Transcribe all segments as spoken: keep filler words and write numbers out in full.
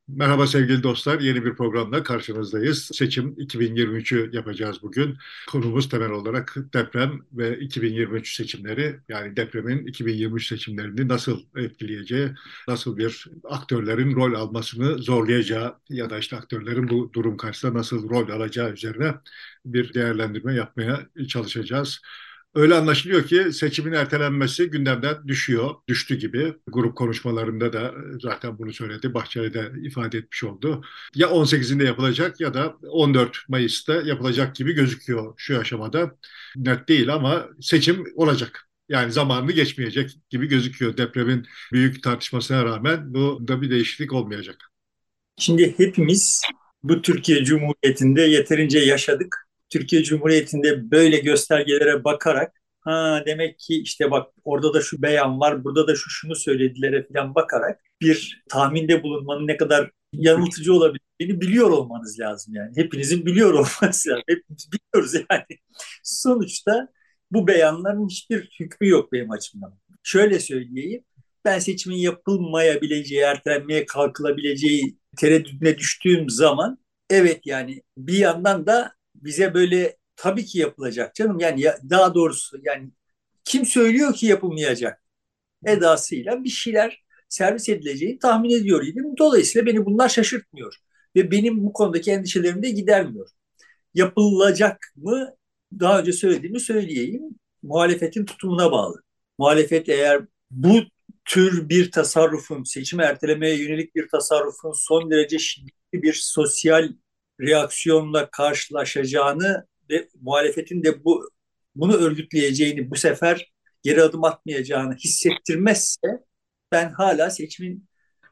Merhaba sevgili dostlar, yeni bir programla karşınızdayız. Seçim iki bin yirmi üçü yapacağız bugün. Konumuz temel olarak deprem ve iki bin yirmi üç seçimleri. Yani depremin iki bin yirmi üç seçimlerini nasıl etkileyeceği, nasıl bir aktörlerin rol almasını zorlayacağı ya da işte aktörlerin bu durum karşısında nasıl rol alacağı üzerine bir değerlendirme yapmaya çalışacağız. Öyle anlaşılıyor ki seçimin ertelenmesi gündemden düşüyor, düştü gibi. Grup konuşmalarında da zaten bunu söyledi, Bahçeli de ifade etmiş oldu. Ya on sekizinde yapılacak ya da on dört Mayıs'ta yapılacak gibi gözüküyor şu aşamada. Net değil ama seçim olacak. Yani zamanını geçmeyecek gibi gözüküyor. Depremin büyük tartışmasına rağmen bu da bir değişiklik olmayacak. Şimdi hepimiz bu Türkiye Cumhuriyeti'nde yeterince yaşadık. Türkiye Cumhuriyeti'nde böyle göstergelere bakarak ha demek ki işte bak orada da şu beyan var, burada da şu şunu söylediler falan bakarak bir tahminde bulunmanın ne kadar yanıltıcı olabileceğini biliyor olmanız lazım yani. Hepinizin biliyor olması lazım. Hepimiz biliyoruz yani. Sonuçta bu beyanların hiçbir hükmü yok benim açımdan. Şöyle söyleyeyim. Ben seçimin yapılmayabileceği, ertelenmeye kalkılabileceği tereddütüne düştüğüm zaman evet yani bir yandan da bize böyle tabii ki yapılacak canım yani ya, daha doğrusu yani kim söylüyor ki yapılmayacak edasıyla bir şeyler servis edileceğini tahmin ediyor idim. Dolayısıyla beni bunlar şaşırtmıyor ve benim bu konudaki endişelerimi de gidermiyor. Yapılacak mı? Daha önce söylediğimi söyleyeyim. Muhalefetin tutumuna bağlı. Muhalefet eğer bu tür bir tasarrufun, seçimi ertelemeye yönelik bir tasarrufun son derece şiddetli bir sosyal reaksiyonla karşılaşacağını ve muhalefetin de bu bunu örgütleyeceğini, bu sefer geri adım atmayacağını hissettirmezse ben hala seçimin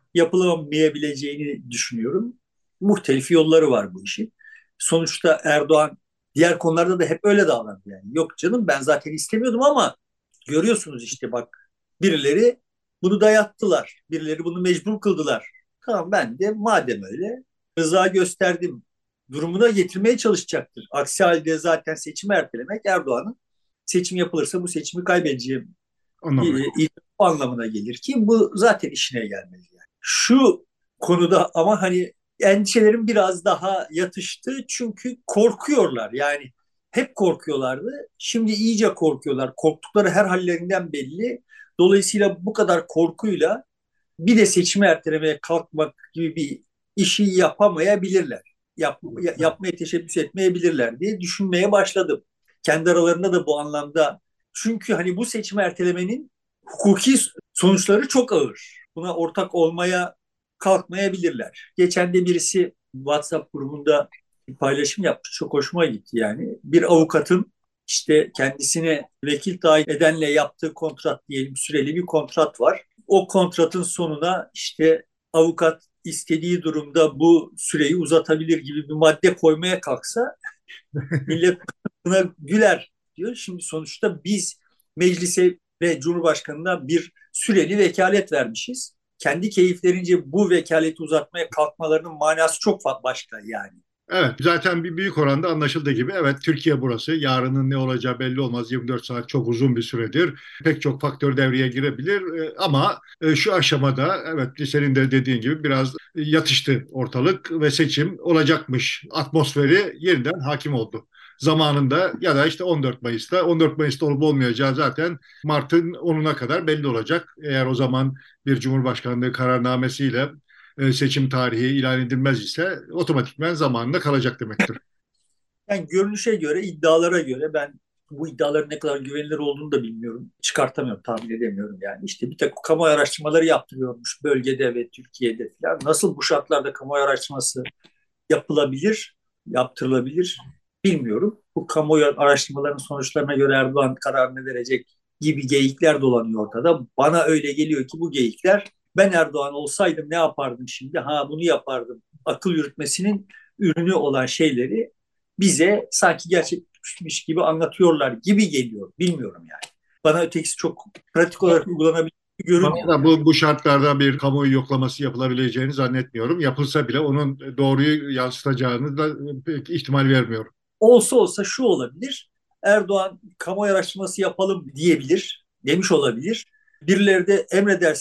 yapılamayabileceğini düşünüyorum. Muhtelif yolları var bu işin. Sonuçta Erdoğan diğer konularda da hep öyle davrandı yani. Yok canım ben zaten istemiyordum ama görüyorsunuz işte bak birileri bunu dayattılar. Birileri bunu mecbur kıldılar. Tamam ben de madem öyle rıza gösterdim durumuna getirmeye çalışacaktır. Aksi halde zaten seçimi ertelemek Erdoğan'ın seçim yapılırsa bu seçimi kaybedeceğim Anlamına. anlamına gelir ki bu zaten işine gelmez yani. Şu konuda ama hani endişelerim biraz daha yatıştı çünkü korkuyorlar yani hep korkuyorlardı. Şimdi iyice korkuyorlar. Korktukları her hallerinden belli. Dolayısıyla bu kadar korkuyla bir de seçimi ertelemeye kalkmak gibi bir işi yapamayabilirler. Yap, yapmaya teşebbüs etmeyebilirler diye düşünmeye başladım. Kendi aralarında da bu anlamda çünkü hani bu seçimi ertelemenin hukuki sonuçları çok ağır. Buna ortak olmaya kalkmayabilirler. Geçen de birisi WhatsApp grubunda bir paylaşım yapmış. Çok hoşuma gitti yani. Bir avukatın işte kendisine vekil tayin edenle yaptığı kontrat diyelim süreli bir kontrat var. O kontratın sonuna işte avukat istediği durumda bu süreyi uzatabilir gibi bir madde koymaya kalksa millet buna güler diyor. Şimdi sonuçta biz meclise ve Cumhurbaşkanı'na bir süreli vekalet vermişiz. Kendi keyiflerince bu vekaleti uzatmaya kalkmalarının manası çok başka yani. Evet, zaten bir büyük oranda anlaşıldığı gibi evet Türkiye burası. Yarının ne olacağı belli olmaz. yirmi dört saat çok uzun bir süredir. Pek çok faktör devreye girebilir. E, ama e, şu aşamada evet senin de dediğin gibi biraz yatıştı ortalık ve seçim olacakmış. Atmosferi yeniden hakim oldu. Zamanında ya da işte on dört Mayıs'ta on dört Mayıs'ta olup olmayacağı zaten Mart'ın onuna kadar belli olacak. Eğer o zaman bir Cumhurbaşkanlığı kararnamesiyle e, seçim tarihi ilan edilmez ise otomatikman zamanında kalacak demektir. Yani görünüşe göre, iddialara göre ben bu iddiaların ne kadar güvenilir olduğunu da bilmiyorum. Çıkartamıyorum, tahmin edemiyorum yani. İşte bir tek kamuoyu araştırmaları yaptırıyormuş bölgede ve Türkiye'de falan. Nasıl bu şartlarda kamuoyu araştırması yapılabilir, yaptırılabilir bilmiyorum. Bu kamuoyu araştırmalarının sonuçlarına göre Erdoğan kararını verecek gibi geyikler dolanıyor ortada. Bana öyle geliyor ki bu geyikler ben Erdoğan olsaydım ne yapardım şimdi? Ha bunu yapardım. Akıl yürütmesinin ürünü olan şeyleri bize sanki gerçekmiş gibi anlatıyorlar gibi geliyor. Bilmiyorum yani. Bana ötekisi çok pratik olarak uygulanabilir Bana görünmüyor da yani. bu, bu şartlarda bir kamuoyu yoklaması yapılabileceğini zannetmiyorum. Yapılsa bile onun doğruyu yansıtacağını da pek ihtimal vermiyorum. Olsa olsa şu olabilir. Erdoğan kamuoyu araştırması yapalım diyebilir, demiş olabilir. Birileri de emredersin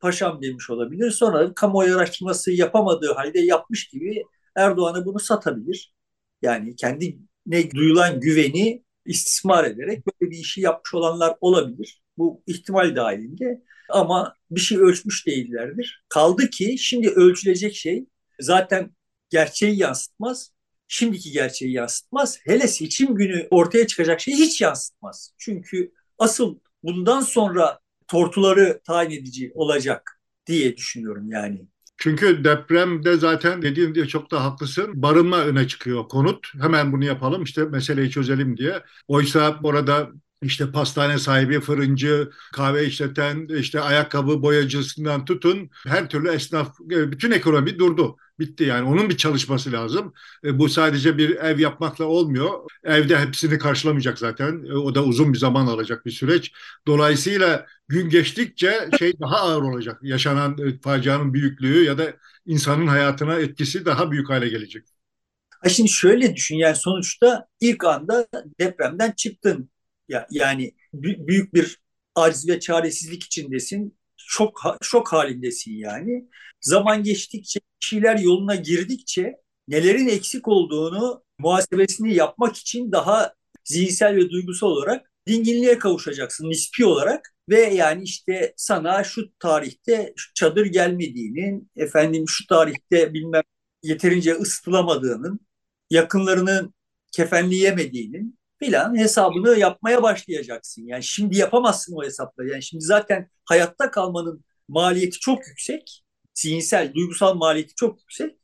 paşam demiş olabilir. Sonra kamuoyu araştırması yapamadığı halde yapmış gibi Erdoğan'a bunu satabilir. Yani kendine duyulan güveni istismar ederek böyle bir işi yapmış olanlar olabilir. Bu ihtimal dahilinde ama bir şey ölçmüş değillerdir. Kaldı ki şimdi ölçülecek şey zaten gerçeği yansıtmaz. Şimdiki gerçeği yansıtmaz. Hele seçim günü ortaya çıkacak şeyi hiç yansıtmaz. Çünkü asıl bundan sonra tortuları tayin edici olacak diye düşünüyorum yani. Çünkü depremde zaten dediğin diye çok da haklısın. Barınma öne çıkıyor, konut. Hemen bunu yapalım işte meseleyi çözelim diye. Oysa orada işte pastane sahibi, fırıncı, kahve işleten, işte ayakkabı boyacısından tutun her türlü esnaf, e, bütün ekonomi durdu. Bitti yani onun bir çalışması lazım. E, bu sadece bir ev yapmakla olmuyor. Evde hepsini karşılamayacak zaten. E, o da uzun bir zaman alacak bir süreç. Dolayısıyla gün geçtikçe şey daha ağır olacak. Yaşanan e, facianın büyüklüğü ya da insanın hayatına etkisi daha büyük hale gelecek. Ha şimdi şöyle düşün yani sonuçta ilk anda depremden çıktın. Ya, yani büyük bir aciz ve çaresizlik içindesin. Şok, şok halindesin yani. Zaman geçtikçe, bir şeyler yoluna girdikçe nelerin eksik olduğunu muhasebesini yapmak için daha zihinsel ve duygusal olarak dinginliğe kavuşacaksın nispi olarak ve yani işte sana şu tarihte şu çadır gelmediğinin, efendim şu tarihte bilmem yeterince ısıtılamadığının, yakınlarının kefenleyemediğinin filan hesabını yapmaya başlayacaksın. Yani şimdi yapamazsın o hesapları. Yani şimdi zaten hayatta kalmanın maliyeti çok yüksek. Zihinsel, duygusal maliyeti çok yüksek.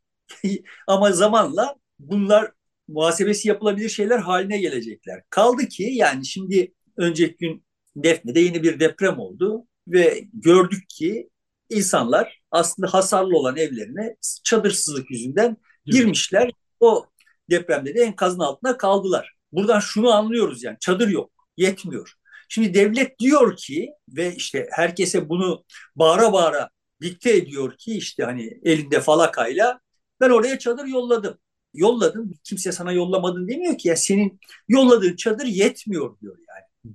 Ama zamanla bunlar muhasebesi yapılabilir şeyler haline gelecekler. Kaldı ki yani şimdi önceki gün Defne'de yeni bir deprem oldu ve gördük ki insanlar aslında hasarlı olan evlerine çadırsızlık yüzünden girmişler. O depremde de enkazın altında kaldılar. Buradan şunu anlıyoruz yani çadır yok, yetmiyor. Şimdi devlet diyor ki ve işte herkese bunu bağıra bağıra dikte ediyor ki işte hani elinde falakayla ben oraya çadır yolladım. Yolladım. Kimse sana yollamadın demiyor ki ya senin yolladığın çadır yetmiyor diyor yani.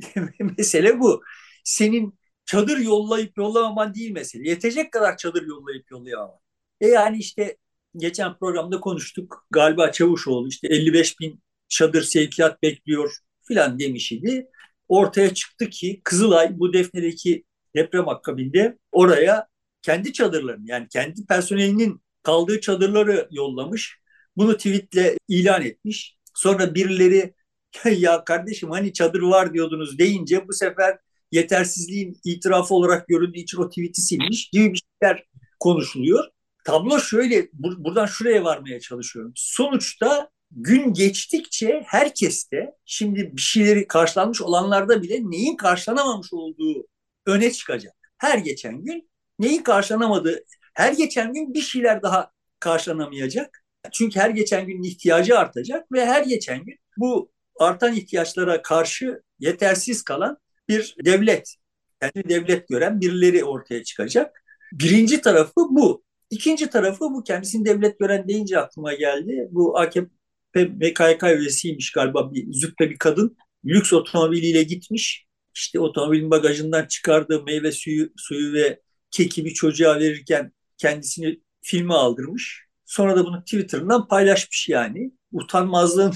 Mesele bu. Senin çadır yollayıp yollamaman değil mesele. Yetecek kadar çadır yollayıp yollayamaman. E yani işte geçen programda konuştuk. Galiba Çavuşoğlu işte elli beş bin çadır sevkiyat bekliyor filan demiş idi. Ortaya çıktı ki Kızılay bu Defne'deki deprem akabinde oraya kendi çadırlarını yani kendi personelinin kaldığı çadırları yollamış. Bunu tweetle ilan etmiş. Sonra birileri ya kardeşim hani çadır var diyordunuz deyince bu sefer yetersizliğin itirafı olarak görüldüğü için o tweet'i silmiş gibi bir şeyler konuşuluyor. Tablo şöyle, bur- buradan şuraya varmaya çalışıyorum. Sonuçta gün geçtikçe herkes de şimdi bir şeyleri karşılanmış olanlarda bile neyin karşılanamamış olduğu öne çıkacak. Her geçen gün neyin karşılanamadığı, her geçen gün bir şeyler daha karşılanamayacak. Çünkü her geçen günün ihtiyacı artacak ve her geçen gün bu artan ihtiyaçlara karşı yetersiz kalan bir devlet, kendi devlet gören birileri ortaya çıkacak. Birinci tarafı bu. İkinci tarafı bu kendisini devlet gören deyince aklıma geldi. Bu A K P M K K üyesiymiş galiba bir züppe bir kadın. Lüks otomobiliyle gitmiş. İşte otomobilin bagajından çıkardığı meyve suyu, suyu ve keki bir çocuğa verirken kendisini filme aldırmış. Sonra da bunu Twitter'dan paylaşmış yani. Utanmazlığın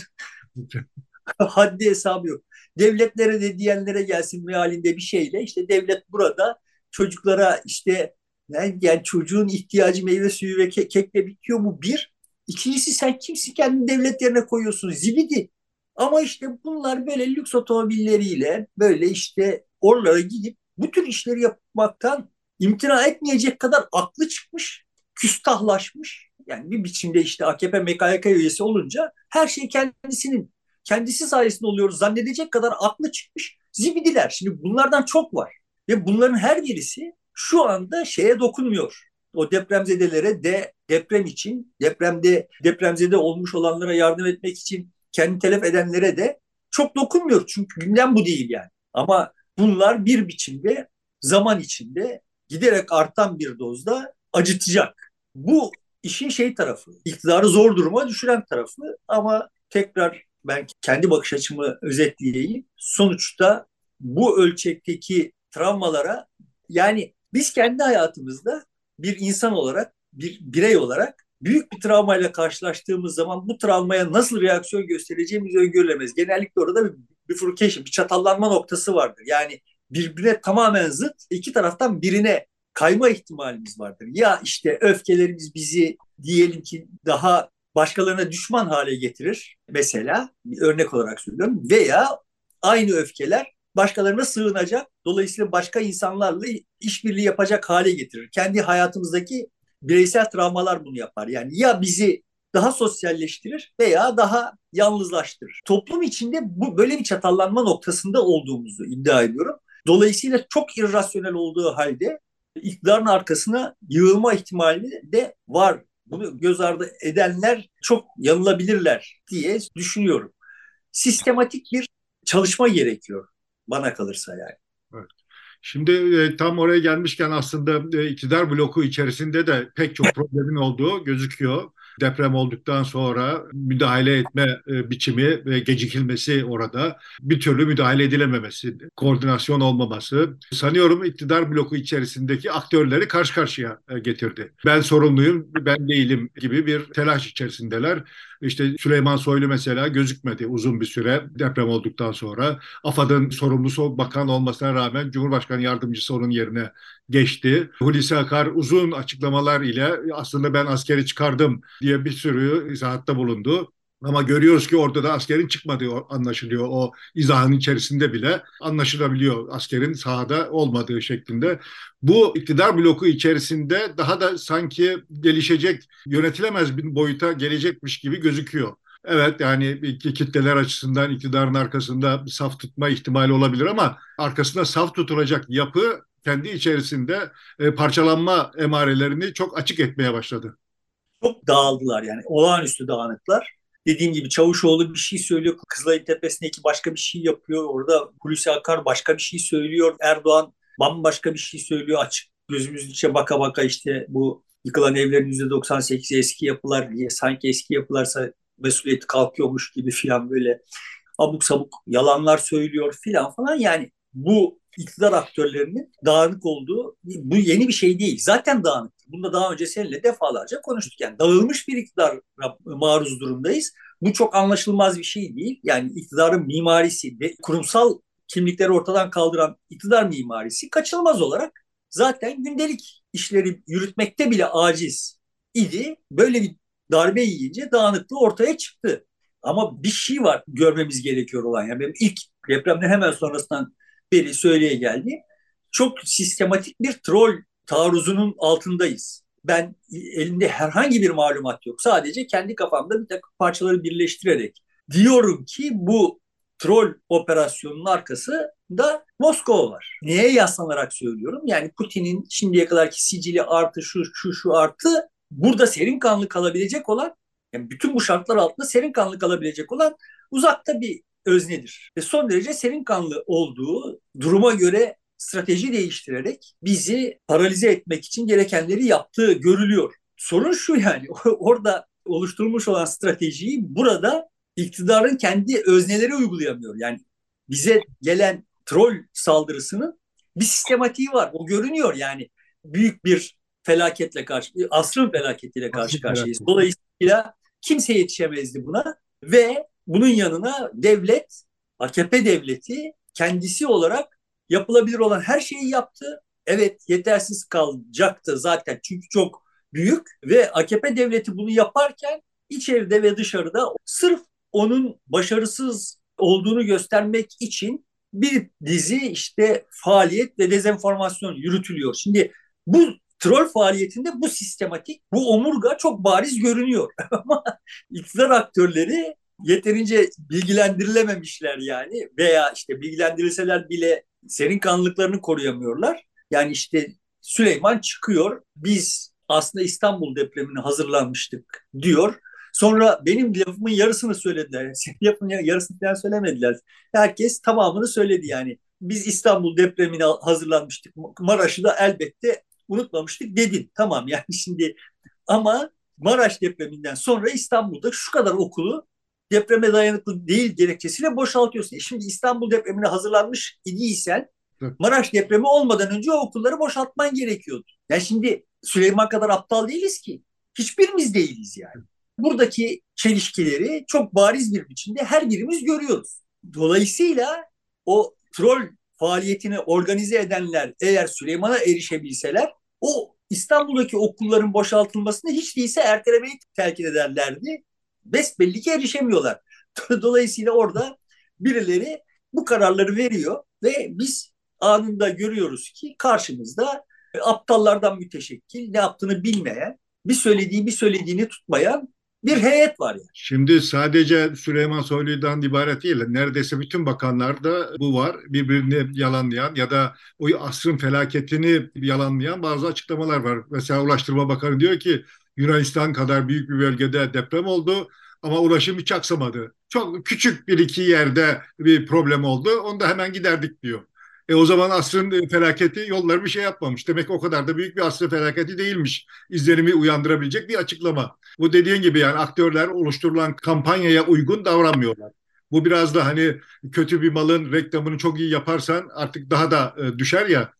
haddi hesabı yok. Devletlere de diyenlere gelsin mealinde bir şeyle işte devlet burada çocuklara işte yani, yani çocuğun ihtiyacı meyve suyu ve ke- kekle bitiyor mu bir. İkincisi sen kimsin kendini devlet yerine koyuyorsun zibidi. Ama işte bunlar böyle lüks otomobilleriyle böyle işte oralara gidip bu tür işleri yapmaktan imtina etmeyecek kadar aklı çıkmış, küstahlaşmış. Yani bir biçimde işte A K P M K K üyesi olunca her şey kendisinin kendisi sayesinde oluyoruz zannedecek kadar aklı çıkmış zibidiler. Şimdi bunlardan çok var. Ve bunların her birisi şu anda şeye dokunmuyor. O depremzedelere de deprem için, depremde depremzede olmuş olanlara yardım etmek için kendi telef edenlere de çok dokunmuyor. Çünkü gündem bu değil yani. Ama bunlar bir biçimde zaman içinde giderek artan bir dozda acıtacak. Bu işin şey tarafı, iktidarı zor duruma düşüren tarafı ama tekrar ben kendi bakış açımı özetleyeyim. Sonuçta bu ölçekteki travmalara yani Biz kendi hayatımızda bir insan olarak, bir birey olarak büyük bir travmayla karşılaştığımız zaman bu travmaya nasıl reaksiyon göstereceğimizi öngörülemez. Genellikle orada bir bifurcation, bir çatallanma noktası vardır. Yani birbirine tamamen zıt, iki taraftan birine kayma ihtimalimiz vardır. Ya işte öfkelerimiz bizi diyelim ki daha başkalarına düşman hale getirir. Mesela bir örnek olarak söylüyorum. Veya aynı öfkeler başkalarına sığınacak, dolayısıyla başka insanlarla işbirliği yapacak hale getirir. Kendi hayatımızdaki bireysel travmalar bunu yapar. Yani ya bizi daha sosyalleştirir veya daha yalnızlaştırır. Toplum içinde bu böyle bir çatallanma noktasında olduğumuzu iddia ediyorum. Dolayısıyla çok irrasyonel olduğu halde iktidarın arkasına yığılma ihtimali de var. Bunu göz ardı edenler çok yanılabilirler diye düşünüyorum. Sistematik bir çalışma gerekiyor bana kalırsa yani. Evet. Şimdi e, tam oraya gelmişken aslında e, iktidar bloku içerisinde de pek çok problemin olduğu gözüküyor. Deprem olduktan sonra müdahale etme e, biçimi ve gecikilmesi orada, bir türlü müdahale edilememesi, koordinasyon olmaması sanıyorum iktidar bloku içerisindeki aktörleri karşı karşıya e, getirdi. Ben sorumluyum, ben değilim gibi bir telaş içerisindeler. İşte Süleyman Soylu mesela gözükmedi uzun bir süre deprem olduktan sonra. AFAD'ın sorumlusu bakan olmasına rağmen Cumhurbaşkanı yardımcısı onun yerine geçti. Hulusi Akar uzun açıklamalar ile aslında ben askeri çıkardım diye bir sürü izahatta bulundu. Ama görüyoruz ki orada da askerin çıkmadığı anlaşılıyor. O izahın içerisinde bile anlaşılabiliyor askerin sahada olmadığı şeklinde. Bu iktidar bloku içerisinde daha da sanki gelişecek, yönetilemez bir boyuta gelecekmiş gibi gözüküyor. Evet yani kitleler açısından iktidarın arkasında saf tutma ihtimali olabilir ama arkasında saf tutulacak yapı kendi içerisinde e, parçalanma emarelerini çok açık etmeye başladı. Çok dağıldılar yani. Olağanüstü dağınıklar. Dediğim gibi Çavuşoğlu bir şey söylüyor. Kızılay'ın tepesindeki başka bir şey yapıyor. Orada Hulusi Akar başka bir şey söylüyor. Erdoğan bambaşka bir şey söylüyor. Açık gözümüzün içine baka baka işte bu yıkılan evlerin yüzde doksan sekizi eski yapılar diye, sanki eski yapılarsa mesuliyeti kalkıyormuş gibi filan, böyle abuk sabuk yalanlar söylüyor filan falan. Yani bu iktidar aktörlerinin dağınık olduğu, bu yeni bir şey değil. Zaten dağınık. Bunda daha önce seninle defalarca konuştuk. Yani dağılmış bir iktidara maruz durumdayız. Bu çok anlaşılmaz bir şey değil. Yani iktidarın mimarisi ve kurumsal kimlikleri ortadan kaldıran iktidar mimarisi kaçınılmaz olarak zaten gündelik işleri yürütmekte bile aciz idi. Böyle bir darbe yiyince dağınıklığı ortaya çıktı. Ama bir şey var görmemiz gerekiyor olan. Yani benim ilk depremden hemen sonrasından beri söyleye geldi. Çok sistematik bir troll taarruzunun altındayız. Ben elimde herhangi bir malumat yok. Sadece kendi kafamda bir takım parçaları birleştirerek diyorum ki bu troll operasyonunun arkasında Moskova var. Neye yaslanarak söylüyorum? Yani Putin'in şimdiye kadarki sicili artı şu şu şu artı, burada serin kanlı kalabilecek olan, yani bütün bu şartlar altında serin kanlı kalabilecek olan uzakta bir öznedir. Ve son derece serin kanlı olduğu, duruma göre strateji değiştirerek bizi paralize etmek için gerekenleri yaptığı görülüyor. Sorun şu, yani orada oluşturulmuş olan stratejiyi burada iktidarın kendi özneleri uygulayamıyor. Yani bize gelen troll saldırısının bir sistematiği var. O görünüyor yani. Büyük bir felaketle karşı, asrın felaketiyle karşı karşıyayız. Dolayısıyla kimse yetişemezdi buna ve bunun yanına devlet, A K P devleti kendisi olarak yapılabilir olan her şeyi yaptı. Evet, yetersiz kalacaktı zaten çünkü çok büyük ve A K P devleti bunu yaparken içeride ve dışarıda sırf onun başarısız olduğunu göstermek için bir dizi işte faaliyet ve dezenformasyon yürütülüyor. Şimdi bu troll faaliyetinde bu sistematik, bu omurga çok bariz görünüyor. Ama iktidar aktörleri yeterince bilgilendirilememişler yani, veya işte bilgilendirilseler bile serin kanlılıklarını koruyamıyorlar. Yani işte Süleyman çıkıyor, biz aslında İstanbul depremine hazırlanmıştık diyor. Sonra benim lafımın yarısını söylediler. Senin lafının yarısını falan söylemediler. Herkes tamamını söyledi yani. Biz İstanbul depremine hazırlanmıştık. Maraş'ı da elbette unutmamıştık dedin. Tamam yani şimdi, ama Maraş depreminden sonra İstanbul'da şu kadar okulu depreme dayanıklı değil gerekçesiyle boşaltıyorsun. E şimdi İstanbul depremine hazırlanmış idiysen Maraş depremi olmadan önce o okulları boşaltman gerekiyordu. Yani şimdi Süleyman kadar aptal değiliz ki. Hiçbirimiz değiliz yani. Buradaki çelişkileri çok bariz bir biçimde her birimiz görüyoruz. Dolayısıyla o troll faaliyetini organize edenler eğer Süleyman'a erişebilseler o İstanbul'daki okulların boşaltılmasını hiç değilse ertelemeyi telkin ederlerdi. Besbelli ki erişemiyorlar. Dolayısıyla orada birileri bu kararları veriyor ve biz anında görüyoruz ki karşımızda aptallardan müteşekkil, ne yaptığını bilmeyen, bir söylediği bir söylediğini tutmayan bir heyet var yani. Şimdi sadece Süleyman Soylu'dan ibaret değil. Neredeyse bütün bakanlarda bu var. Birbirini yalanlayan ya da o asrın felaketini yalanlayan bazı açıklamalar var. Mesela Ulaştırma Bakanı diyor ki Yunanistan kadar büyük bir bölgede deprem oldu ama ulaşım hiç aksamadı. Çok küçük bir iki yerde bir problem oldu. Onu da hemen giderdik diyor. E o zaman asrın felaketi yolları bir şey yapmamış. Demek ki o kadar da büyük bir asrın felaketi değilmiş. İzlenimi uyandırabilecek bir açıklama. Bu dediğin gibi yani aktörler oluşturulan kampanyaya uygun davranmıyorlar. Bu biraz da hani kötü bir malın reklamını çok iyi yaparsan artık daha da e, düşer ya.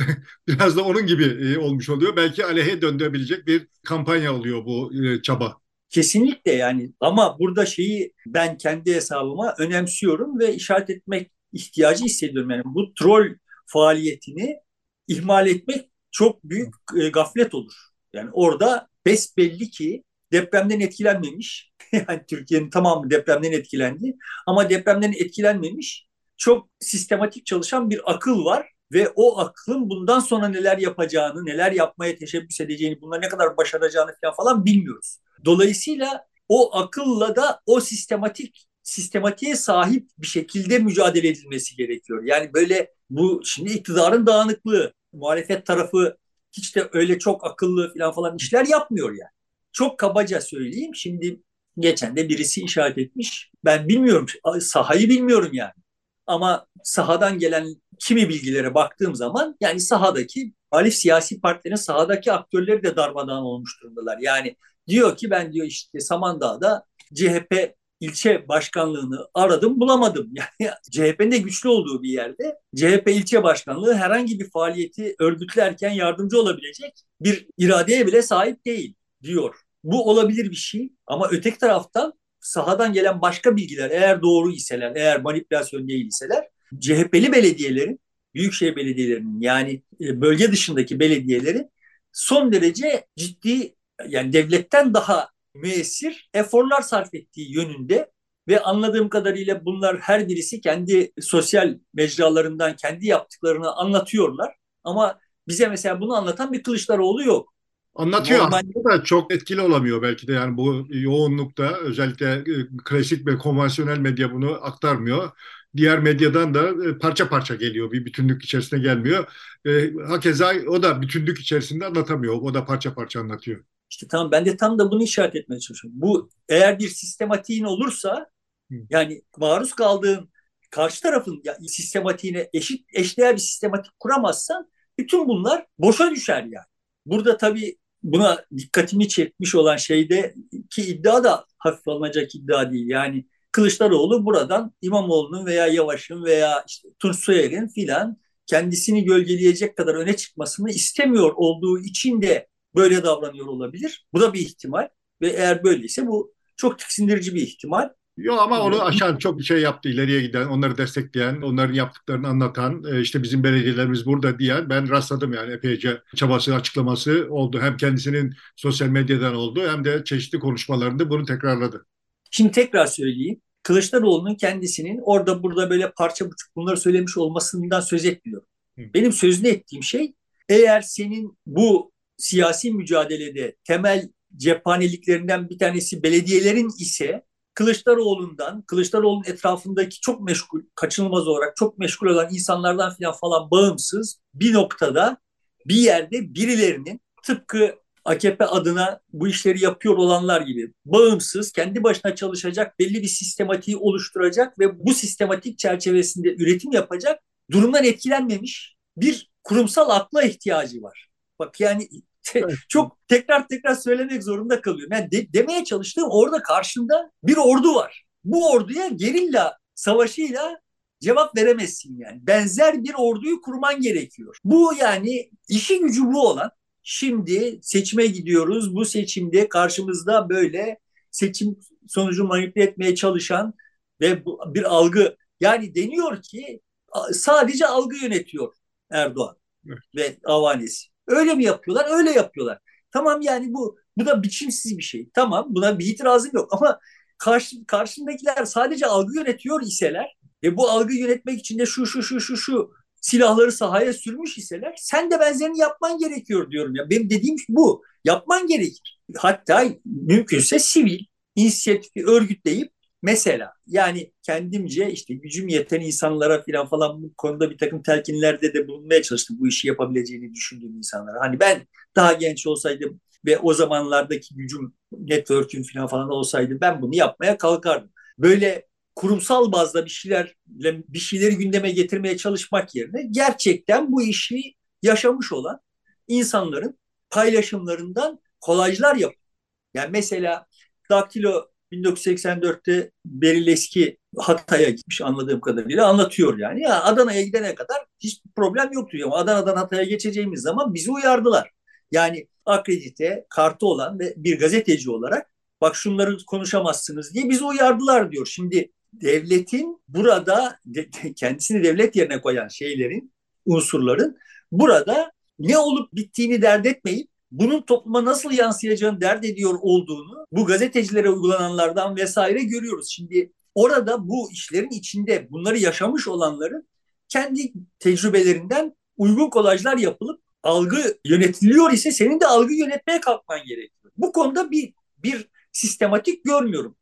Biraz da onun gibi e, olmuş oluyor. Belki aleyhe döndürebilecek bir kampanya oluyor bu e, çaba. Kesinlikle yani ama burada şeyi ben kendi hesabıma önemsiyorum ve işaret etmek ihtiyacı hissediyorum. Yani bu troll faaliyetini ihmal etmek çok büyük e, gaflet olur. Yani orada besbelli ki depremden etkilenmemiş. Yani Türkiye'nin tamamı depremden etkilendi ama depremden etkilenmemiş çok sistematik çalışan bir akıl var ve o aklın bundan sonra neler yapacağını, neler yapmaya teşebbüs edeceğini, bunları ne kadar başaracağını falan falan bilmiyoruz. Dolayısıyla o akılla da o sistematik sistematiğe sahip bir şekilde mücadele edilmesi gerekiyor. Yani böyle bu şimdi iktidarın dağınıklığı, muhalefet tarafı hiç de öyle çok akıllı falan falan işler yapmıyor yani. Çok kabaca söyleyeyim. Şimdi geçen de birisi işaret etmiş. Ben bilmiyorum, sahayı bilmiyorum yani. Ama sahadan gelen kimi bilgilere baktığım zaman yani sahadaki muhalif siyasi partilerin sahadaki aktörleri de darmadağın olmuş durumdalar. Yani diyor ki ben diyor işte Samandağ'da C H P ilçe başkanlığını aradım bulamadım. Yani C H P'nin de güçlü olduğu bir yerde C H P ilçe başkanlığı herhangi bir faaliyeti örgütlerken yardımcı olabilecek bir iradeye bile sahip değil diyor. Bu olabilir bir şey ama öteki taraftan sahadan gelen başka bilgiler eğer doğru iseler, eğer manipülasyon değil iseler C H P'li belediyelerin, büyükşehir belediyelerinin yani bölge dışındaki belediyelerin son derece ciddi yani devletten daha müessir eforlar sarf ettiği yönünde ve anladığım kadarıyla bunlar her birisi kendi sosyal mecralarından kendi yaptıklarını anlatıyorlar. Ama bize mesela bunu anlatan bir Kılıçdaroğlu yok. Anlatıyor Normal aslında da çok etkili olamıyor belki de yani bu yoğunlukta özellikle e, klasik ve konvansiyonel medya bunu aktarmıyor. Diğer medyadan da e, parça parça geliyor, bir bütünlük içerisine gelmiyor. E, hakeza o da bütünlük içerisinde anlatamıyor, o da parça parça anlatıyor. işte tamam ben de tam da bunu işaret etmeye çalışıyorum. Bu eğer bir sistematiğin olursa Hı. yani maruz kaldığın karşı tarafın ya, sistematiğine eşit eşdeğer bir sistematik kuramazsan bütün bunlar boşa düşer yani. Burada tabii buna dikkatimi çekmiş olan şeyde ki iddia da hafif alınacak iddia değil. Yani Kılıçdaroğlu buradan İmamoğlu'nun veya Yavaş'ın veya işte Tunç Soyer'in filan kendisini gölgeleyecek kadar öne çıkmasını istemiyor olduğu için de böyle davranıyor olabilir. Bu da bir ihtimal ve eğer böyleyse bu çok tiksindirici bir ihtimal. Yo ama onu aşan çok şey yaptı, ileriye giden, onları destekleyen, onların yaptıklarını anlatan, e, işte bizim belediyelerimiz burada diyen ben rastladım yani epeyce çabası, açıklaması oldu. Hem kendisinin sosyal medyadan oldu hem de çeşitli konuşmalarında bunu tekrarladı. Şimdi tekrar söyleyeyim. Kılıçdaroğlu'nun kendisinin orada burada böyle parça buçuk bunları söylemiş olmasından söz etmiyorum. Hı. Benim sözünü ettiğim şey eğer senin bu siyasi mücadelede temel cephaneliklerinden bir tanesi belediyelerin ise Kılıçdaroğlu'ndan, Kılıçdaroğlu'nun etrafındaki çok meşgul, kaçınılmaz olarak çok meşgul olan insanlardan falan falan bağımsız bir noktada bir yerde birilerinin tıpkı A K P adına bu işleri yapıyor olanlar gibi bağımsız, kendi başına çalışacak, belli bir sistematiği oluşturacak ve bu sistematik çerçevesinde üretim yapacak durumdan etkilenmemiş bir kurumsal akla ihtiyacı var. Bak yani te, Evet. çok tekrar tekrar söylemek zorunda kalıyorum. Yani de, demeye çalıştığım orada karşında bir ordu var. Bu orduya gerilla savaşıyla cevap veremezsin yani. Benzer bir orduyu kurman gerekiyor. Bu yani işi gücü bu olan, şimdi seçime gidiyoruz. Bu seçimde karşımızda böyle seçim sonucu manipüle etmeye çalışan ve bu, bir algı, yani deniyor ki sadece algı yönetiyor Erdoğan ve avanesi. Öyle mi yapıyorlar? Öyle yapıyorlar. Tamam, yani bu bu da biçimsiz bir şey. Tamam, buna bir itirazım yok ama karşı, karşındakiler sadece algı yönetiyor iseler ve bu algı yönetmek için de şu şu şu şu şu silahları sahaya sürmüş iseler, sen de benzerini yapman gerekiyor diyorum ya. Benim dediğim bu. Yapman gerekir. Hatta mümkünse sivil inisiyatifi örgütleyip, mesela yani kendimce işte gücüm yeten insanlara falan falan bu konuda bir takım telkinlerde de bulunmaya çalıştım. Bu işi yapabileceğini düşündüğüm insanlara. Hani ben daha genç olsaydım ve o zamanlardaki gücüm, network'üm falan falan olsaydı ben bunu yapmaya kalkardım. Böyle kurumsal bazda bir şeyler bir şeyleri gündeme getirmeye çalışmak yerine gerçekten bu işi yaşamış olan insanların paylaşımlarından kolajlar yap. Yani mesela Daktilo bin dokuz yüz seksen dörtte Beril Eski Hatay'a gitmiş anladığım kadarıyla, anlatıyor yani. Ya Adana'ya gidene kadar hiçbir problem yoktu. Ama Adana'dan Hatay'a geçeceğimiz zaman bizi uyardılar. Yani akredite kartı olan ve bir gazeteci olarak bak şunları konuşamazsınız diye bizi uyardılar diyor. Şimdi devletin burada kendisini devlet yerine koyan şeylerin, unsurların burada ne olup bittiğini dert etmeyip bunun topluma nasıl yansıyacağını dert ediyor olduğunu bu gazetecilere uygulananlardan vesaire görüyoruz. Şimdi orada bu işlerin içinde bunları yaşamış olanların kendi tecrübelerinden uygun kolajlar yapılıp algı yönetiliyor ise senin de algı yönetmeye kalkman gerekiyor. Bu konuda bir bir sistematik görmüyorum.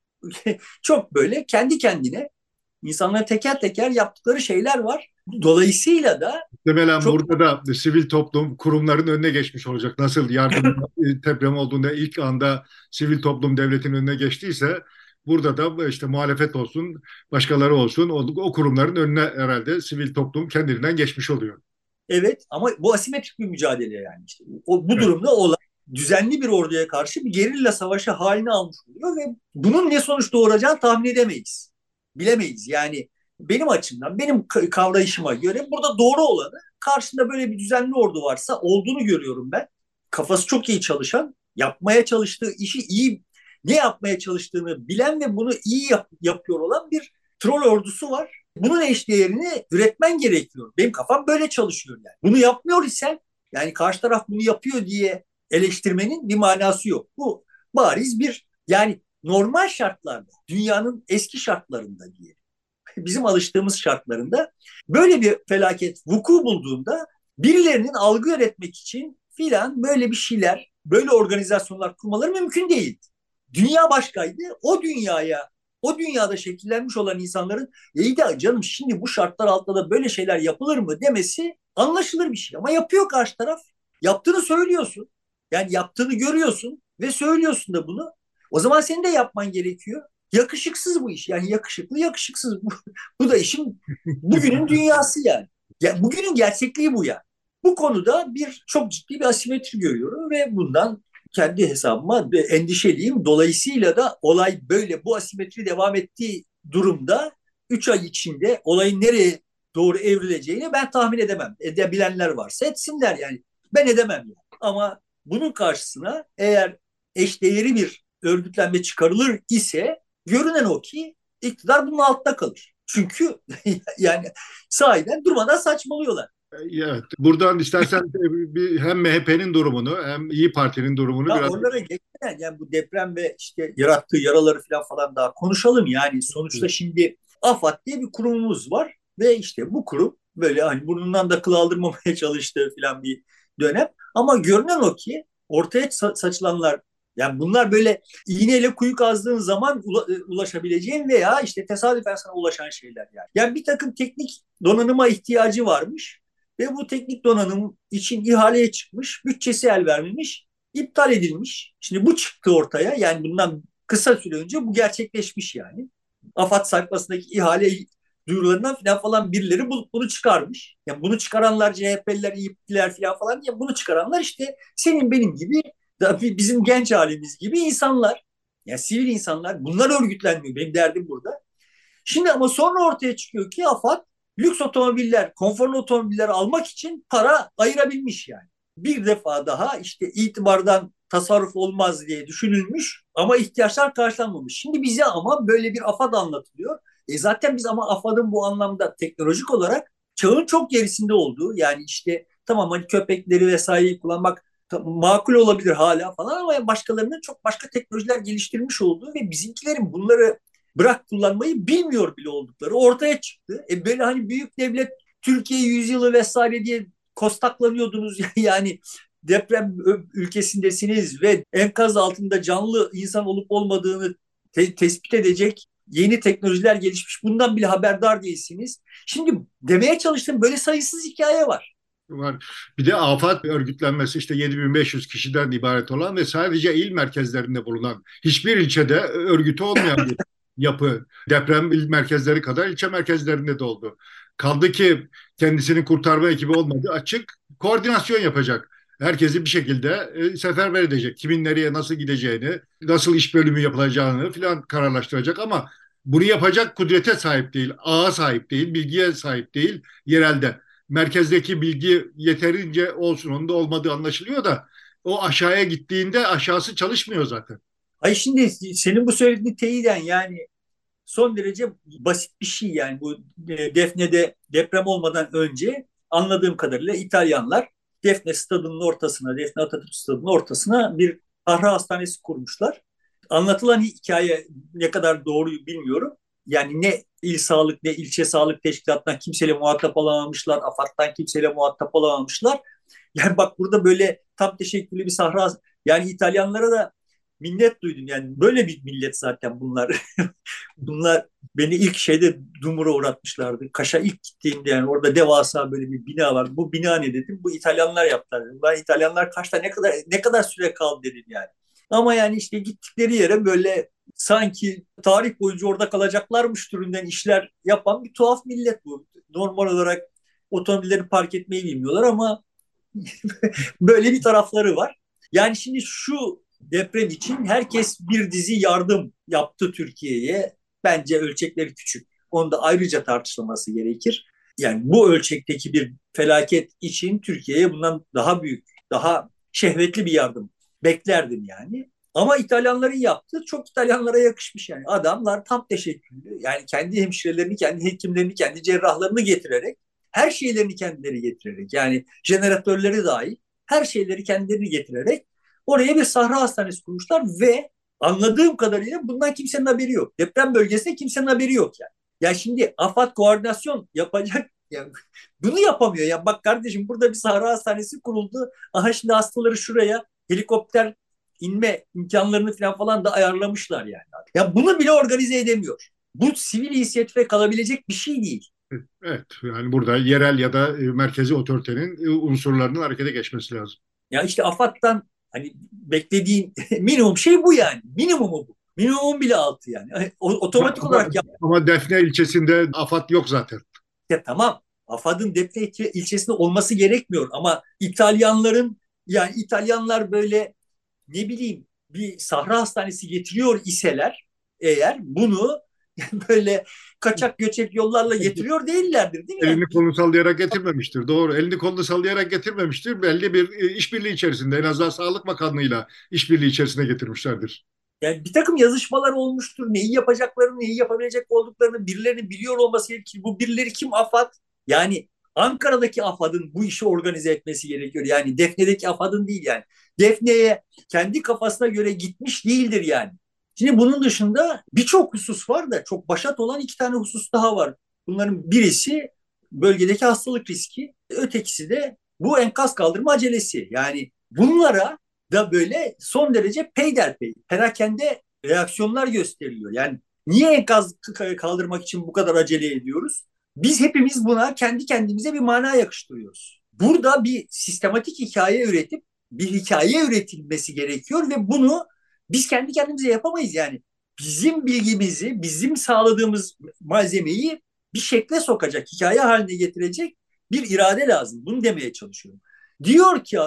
Çok böyle kendi kendine insanların teker teker yaptıkları şeyler var. Dolayısıyla da Muhtemelen çok burada da sivil toplum kurumların önüne geçmiş olacak. Nasıl yardım deprem olduğunda ilk anda sivil toplum devletin önüne geçtiyse burada da işte muhalefet olsun, başkaları olsun o, o kurumların önüne herhalde sivil toplum kendiliğinden geçmiş oluyor. evet, ama bu asimetrik bir mücadele yani. İşte o, bu Evet. durumda olan düzenli bir orduya karşı bir gerilla savaşı haline almış oluyor ve bunun ne sonuç doğuracağını tahmin edemeyiz. Bilemeyiz. Yani benim açımdan, benim kavrayışıma göre burada doğru olanı, karşında böyle bir düzenli ordu varsa olduğunu görüyorum ben. Kafası çok iyi çalışan, yapmaya çalıştığı işi iyi, ne yapmaya çalıştığını bilen ve bunu iyi yap, yapıyor olan bir troll ordusu var. Bunun eşdeğerini üretmen gerekiyor. Benim kafam böyle çalışıyor yani. Bunu yapmıyor isen, yani karşı taraf bunu yapıyor diye eleştirmenin bir manası yok. Bu bariz bir, yani normal şartlarda, dünyanın eski şartlarında diye, bizim alıştığımız şartlarında böyle bir felaket vuku bulduğunda birilerinin algı öğretmek için filan böyle bir şeyler, böyle organizasyonlar kurmaları mümkün değil. Dünya başkaydı. O dünyaya, o dünyada şekillenmiş olan insanların iyi de canım şimdi bu şartlar altında da böyle şeyler yapılır mı demesi anlaşılır bir şey. Ama yapıyor karşı taraf. Yaptığını söylüyorsun. Yani yaptığını görüyorsun ve söylüyorsun da bunu. O zaman senin de yapman gerekiyor. Yakışıksız bu iş. Yani yakışıklı yakışıksız. Bu, bu da işin bugünün dünyası yani. Ya bugünün gerçekliği bu yani. Bu konuda bir çok ciddi bir asimetri görüyorum ve bundan kendi hesabıma endişeliyim. Dolayısıyla da olay böyle, bu asimetri devam ettiği durumda üç ay içinde olayın nereye doğru evrileceğini ben tahmin edemem. Edebilenler varsa etsinler yani. Ben edemem yani. Ama bunun karşısına eğer eşdeğeri bir örgütlenme çıkarılır ise görünen o ki iktidar bunun altında kalır. Çünkü yani sahiden durmadan saçmalıyorlar. Evet. Buradan istersen bir, hem M H P'nin durumunu hem İyi Parti'nin durumunu Ya biraz. onlara geçmeden yani bu deprem ve işte yarattığı yaraları falan falan daha konuşalım. Yani sonuçta şimdi AFAD diye bir kurumumuz var ve işte bu kurum böyle hani burnundan da kıl aldırmamaya çalıştığı falan bir dönem. Ama görünen o ki ortaya saçılanlar, yani bunlar böyle iğneyle kuyu kazdığın zaman ulaşabileceğin veya işte tesadüfen sana ulaşan şeyler yani. Yani bir takım teknik donanıma ihtiyacı varmış ve bu teknik donanım için ihaleye çıkmış, bütçesi el vermemiş, iptal edilmiş. Şimdi bu çıktı ortaya. Yani bundan kısa süre önce bu gerçekleşmiş yani. AFAD sayfasındaki ihale duyurularından falan falan birileri bu, bunu çıkarmış. Yani bunu çıkaranlar C H P'liler, İYİP'liler falan falan diye, bunu çıkaranlar işte senin benim gibi, bizim genç halimiz gibi insanlar. Yani sivil insanlar. Bunlar örgütlenmiyor. Benim derdim burada. Şimdi ama sonra ortaya çıkıyor ki AFAD lüks otomobiller, konforlu otomobiller almak için para ayırabilmiş yani. Bir defa daha işte itibardan tasarruf olmaz diye düşünülmüş ama ihtiyaçlar karşılanmamış. Şimdi bize ama böyle bir AFAD anlatılıyor. E zaten biz ama AFAD'ın bu anlamda teknolojik olarak çağın çok gerisinde olduğu, yani işte tamam hani köpekleri vesaireyi kullanmak makul olabilir hala falan ama başkalarının çok başka teknolojiler geliştirmiş olduğu ve bizimkilerin bunları bırak kullanmayı bilmiyor bile oldukları ortaya çıktı. E böyle hani büyük devlet Türkiye yüzyılı vesaire diye kostaklanıyordunuz yani deprem ülkesindesiniz ve enkaz altında canlı insan olup olmadığını te- tespit edecek yeni teknolojiler gelişmiş. Bundan bile haberdar değilsiniz. Şimdi demeye çalıştığım böyle sayısız hikaye var. Var. Bir de afet örgütlenmesi işte yedi bin beş yüz kişiden ibaret olan ve sadece il merkezlerinde bulunan, hiçbir ilçede örgütü olmayan bir yapı. Deprem il merkezleri kadar ilçe merkezlerinde de oldu. Kaldı ki kendisini kurtarma ekibi olmadı. Açık koordinasyon yapacak. Herkesi bir şekilde e, seferber edecek. Kimin nereye nasıl gideceğini, nasıl iş bölümü yapılacağını filan kararlaştıracak ama bunu yapacak kudrete sahip değil, ağa sahip değil, bilgiye sahip değil yerelde. Merkezdeki bilgi yeterince olsun, onun da olmadığı anlaşılıyor da o aşağıya gittiğinde aşağısı çalışmıyor zaten. Ay şimdi senin bu söylediğin teyiden yani son derece basit bir şey yani bu e, Defne'de deprem olmadan önce anladığım kadarıyla İtalyanlar Defne stadının ortasına, Defne Atatürk stadının ortasına bir sahra hastanesi kurmuşlar. Anlatılan hikaye ne kadar doğru bilmiyorum. Yani ne il sağlık ne ilçe sağlık teşkilatından kimseyle muhatap olamamışlar, AFAD'dan kimseyle muhatap olamamışlar. Yani bak burada böyle tam teşekküllü bir sahra, yani İtalyanlara da minnet duydum. Yani böyle bir millet zaten bunlar. Bunlar beni ilk şeyde dumura uğratmışlardı. Kaş'a ilk gittiğimde yani orada devasa böyle bir bina var. Bu bina ne dedim? Bu İtalyanlar yaptılar dedim. Ben İtalyanlar Kaş'ta ne kadar ne kadar süre kaldı dedim yani. Ama yani işte gittikleri yere böyle sanki tarih boyunca orada kalacaklarmış türünden işler yapan bir tuhaf millet bu. Normal olarak otomobilleri park etmeyi bilmiyorlar ama böyle bir tarafları var. Yani şimdi şu deprem için herkes bir dizi yardım yaptı Türkiye'ye. Bence ölçekleri küçük. Onu da ayrıca tartışılması gerekir. Yani bu ölçekteki bir felaket için Türkiye'ye bundan daha büyük, daha şehvetli bir yardım beklerdim yani. Ama İtalyanların yaptığı çok İtalyanlara yakışmış yani. Adamlar tam teşekküllü. Yani kendi hemşirelerini, kendi hekimlerini, kendi cerrahlarını getirerek, her şeylerini kendileri getirerek, yani jeneratörleri dahil her şeyleri kendileri getirerek oraya bir sahra hastanesi kurmuşlar ve anladığım kadarıyla bundan kimsenin haberi yok. Deprem bölgesinde kimsenin haberi yok yani. Ya şimdi AFAD koordinasyon yapacak, yani bunu yapamıyor. Ya bak kardeşim, burada bir sahra hastanesi kuruldu. Aha şimdi hastaları şuraya helikopter inme imkanlarını falan falan da ayarlamışlar yani. Ya bunu bile organize edemiyor. Bu sivil inisiyatife kalabilecek bir şey değil. Evet, yani burada yerel ya da e, merkezi otoritenin e, unsurlarının harekete geçmesi lazım. Ya işte AFAD'dan hani beklediğin minimum şey bu yani. Minimumu bu. Minimum bile altı yani. Hani otomatik Ama, olarak yap. ama Defne ilçesinde afet yok zaten. Ya tamam. AFAD'ın Defne ilçesinde olması gerekmiyor ama İtalyanların, yani İtalyanlar böyle ne bileyim bir sahra hastanesi getiriyor iseler eğer, bunu böyle kaçak göçek yollarla getiriyor değillerdir değil mi? Yani Elini kolunu sallayarak getirmemiştir. Doğru. Elini kolunu sallayarak getirmemiştir. Belli bir e, işbirliği içerisinde, en azından Sağlık Bakanlığı'yla işbirliği içerisine getirmişlerdir. Yani bir takım yazışmalar olmuştur. Neyi yapacaklarını, neyi yapabilecek olduklarını birilerinin biliyor olması gerekir. Bu birileri kim? AFAD. Yani Ankara'daki AFAD'ın bu işi organize etmesi gerekiyor. Yani Defne'deki AFAD'ın değil yani. Defne'ye kendi kafasına göre gitmiş değildir yani. Şimdi bunun dışında birçok husus var da çok başat olan iki tane husus daha var. Bunların birisi bölgedeki hastalık riski, ötekisi de bu enkaz kaldırma acelesi. Yani bunlara da böyle son derece peyderpey, perakende reaksiyonlar gösteriliyor. Yani niye enkaz kaldırmak için bu kadar acele ediyoruz? Biz hepimiz buna kendi kendimize bir mana yakıştırıyoruz. Burada bir sistematik hikaye üretip bir hikaye üretilmesi gerekiyor ve bunu biz kendi kendimize yapamayız yani. Bizim bilgimizi, bizim sağladığımız malzemeyi bir şekle sokacak, hikaye haline getirecek bir irade lazım. Bunu demeye çalışıyorum. Diyor ki adam,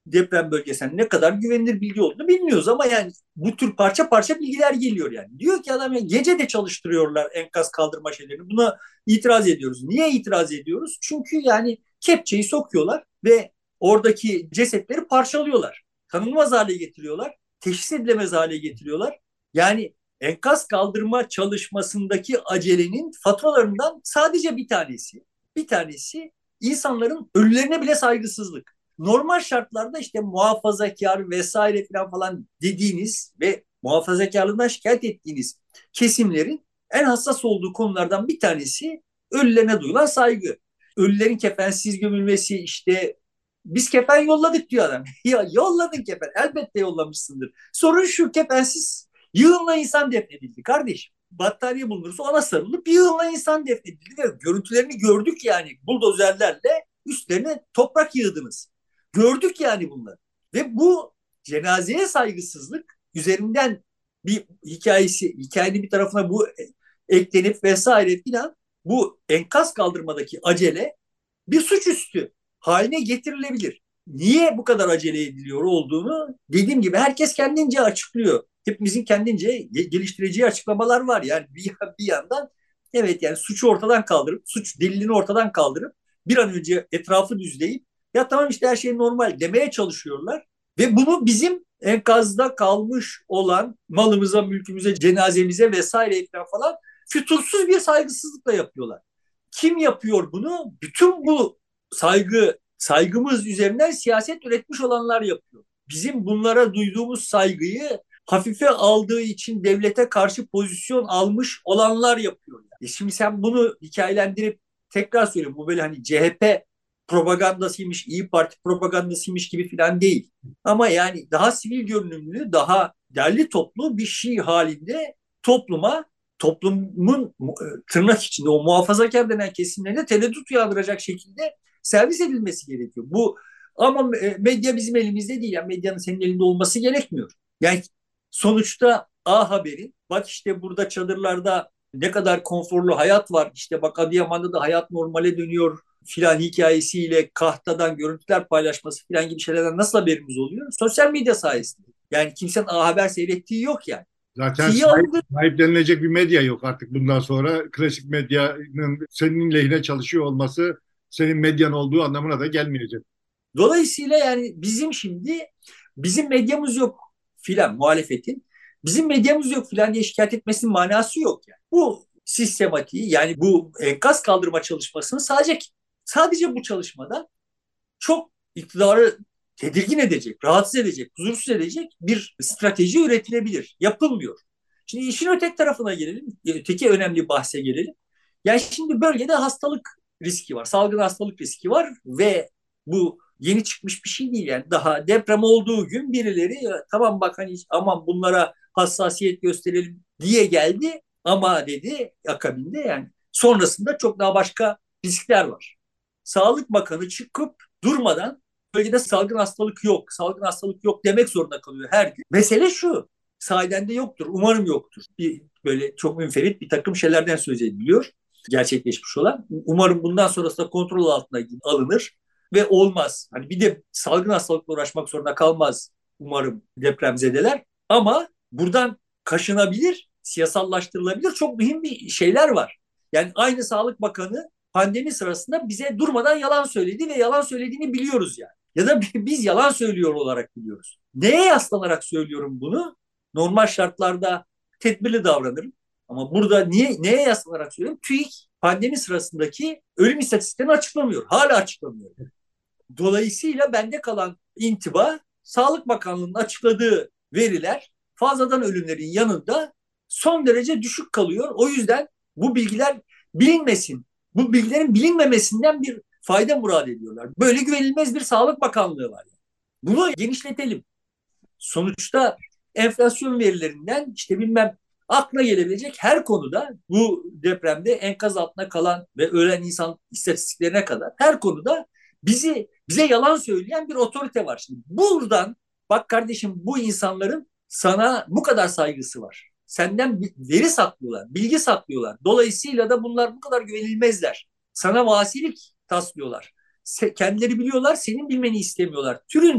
deprem bölgesinden ne kadar güvenilir bilgi olduğunu bilmiyoruz ama yani bu tür parça parça bilgiler geliyor yani. Diyor ki adam, yani gece de çalıştırıyorlar enkaz kaldırma şeylerini. Buna itiraz ediyoruz. Niye itiraz ediyoruz? Çünkü yani kepçeyi sokuyorlar ve oradaki cesetleri parçalıyorlar. Tanınmaz hale getiriyorlar. Teşhis edilemez hale getiriyorlar. Yani enkaz kaldırma çalışmasındaki acelenin faturalarından sadece bir tanesi. Bir tanesi insanların ölülerine bile saygısızlık. Normal şartlarda işte muhafazakar vesaire falan falan dediğiniz ve muhafazakarlığından şikayet ettiğiniz kesimlerin en hassas olduğu konulardan bir tanesi ölülerine duyulan saygı. Ölülerin kefensiz gömülmesi, işte biz kefen yolladık diyor adam. Ya yolladın kefen, elbette yollamışsındır. Sorun şu, kefensiz yığınla insan defnedildi kardeşim. Battaniye bulunursa ona sarılıp yığınla insan defnedildi ve görüntülerini gördük yani, buldozerlerle üstlerine toprak yığdınız. Gördük yani bunları. Ve bu cenazeye saygısızlık üzerinden bir hikayesi, hikayenin bir tarafına bu eklenip vesaire filan, bu enkaz kaldırmadaki acele bir suçüstü haline getirilebilir. Niye bu kadar acele ediliyor olduğunu dediğim gibi herkes kendince açıklıyor. Hepimizin kendince geliştireceği açıklamalar var. Yani bir, bir yandan evet, yani suçu ortadan kaldırıp, suç delilini ortadan kaldırıp bir an önce etrafı düzleyip ya tamam işte her şey normal demeye çalışıyorlar. Ve bunu bizim enkazda kalmış olan malımıza, mülkümüze, cenazemize vesaire falan fütursuz bir saygısızlıkla yapıyorlar. Kim yapıyor bunu? Bütün bu saygı, saygımız üzerinden siyaset üretmiş olanlar yapıyor. Bizim bunlara duyduğumuz saygıyı hafife aldığı için devlete karşı pozisyon almış olanlar yapıyor. Yani. E şimdi sen bunu hikayelendirip tekrar söylüyorum, bu böyle hani C H P propagandasıymış, İyi Parti propagandasıymış gibi falan değil. Ama yani daha sivil görünümlü, daha derli toplu bir şey halinde topluma, toplumun tırnak içinde o muhafazakar denen kesimlerine tereddüt uyandıracak şekilde servis edilmesi gerekiyor. Bu ama medya bizim elimizde değil. Yani medyanın senin elinde olması gerekmiyor. Yani sonuçta A Haber'in bak işte burada çadırlarda ne kadar konforlu hayat var, işte bak Adıyaman'da da hayat normale dönüyor filan hikayesiyle kahtadan görüntüler paylaşması filan gibi şeylerden nasıl haberimiz oluyor? Sosyal medya sayesinde. Yani kimsenin A Haber seyrettiği yok yani. Zaten Ki sahip, algı sahiplenilecek bir medya yok artık bundan sonra. Klasik medyanın senin lehine çalışıyor olması senin medyan olduğu anlamına da gelmeyecek. dolayısıyla yani bizim şimdi bizim medyamız yok filan, muhalefetin bizim medyamız yok filan diye şikayet etmesinin manası yok yani. Bu sistematiği, yani bu enkaz kaldırma çalışmasını sadece sadece bu çalışmada çok iktidarı tedirgin edecek, rahatsız edecek, huzursuz edecek bir strateji üretilebilir. Yapılmıyor. Şimdi işin öteki tarafına gelelim. Öteki önemli bahse gelelim. Yani şimdi bölgede hastalık riski var. Salgın hastalık riski var ve bu yeni çıkmış bir şey değil. Yani daha deprem olduğu gün birileri tamam bak hani aman bunlara hassasiyet gösterelim diye geldi ama dedi akabinde, yani sonrasında çok daha başka riskler var. Sağlık Bakanı çıkıp durmadan bölgede salgın hastalık yok, salgın hastalık yok demek zorunda kalıyor her gün. Mesele şu, sahiden de yoktur, umarım yoktur. Bir, böyle çok münferit bir takım şeylerden söz ediliyor, gerçekleşmiş olan. Umarım bundan sonrası da kontrol altına alınır ve olmaz. Hani bir de salgın hastalıkla uğraşmak zorunda kalmaz umarım depremzedeler. Ama buradan kaşınabilir, siyasallaştırılabilir çok mühim bir şeyler var. Yani aynı Sağlık Bakanı pandemi sırasında bize durmadan yalan söyledi ve yalan söylediğini biliyoruz yani. Ya da biz yalan söylüyor olarak biliyoruz. Neye yaslanarak söylüyorum bunu? Normal şartlarda tedbirli davranırım. Ama burada niye neye yaslanarak söylüyorum? TÜİK pandemi sırasındaki ölüm istatistiklerini açıklamıyor. Hala açıklamıyor. Dolayısıyla bende kalan intiba, Sağlık Bakanlığı'nın açıkladığı veriler fazladan ölümlerin yanında son derece düşük kalıyor. O yüzden bu bilgiler bilinmesin. Bu bilgilerin bilinmemesinden bir fayda murad ediyorlar. Böyle güvenilmez bir Sağlık Bakanlığı var. Bunu genişletelim. Sonuçta enflasyon verilerinden işte bilmem aklına gelebilecek her konuda, bu depremde enkaz altında kalan ve ölen insan istatistiklerine kadar her konuda bizi bize yalan söyleyen bir otorite var. Şimdi buradan bak kardeşim, bu insanların sana bu kadar saygısı var. Senden veri saklıyorlar, bilgi saklıyorlar. Dolayısıyla da bunlar bu kadar güvenilmezler. Sana vasilik taslıyorlar. Kendileri biliyorlar, senin bilmeni istemiyorlar. Türünden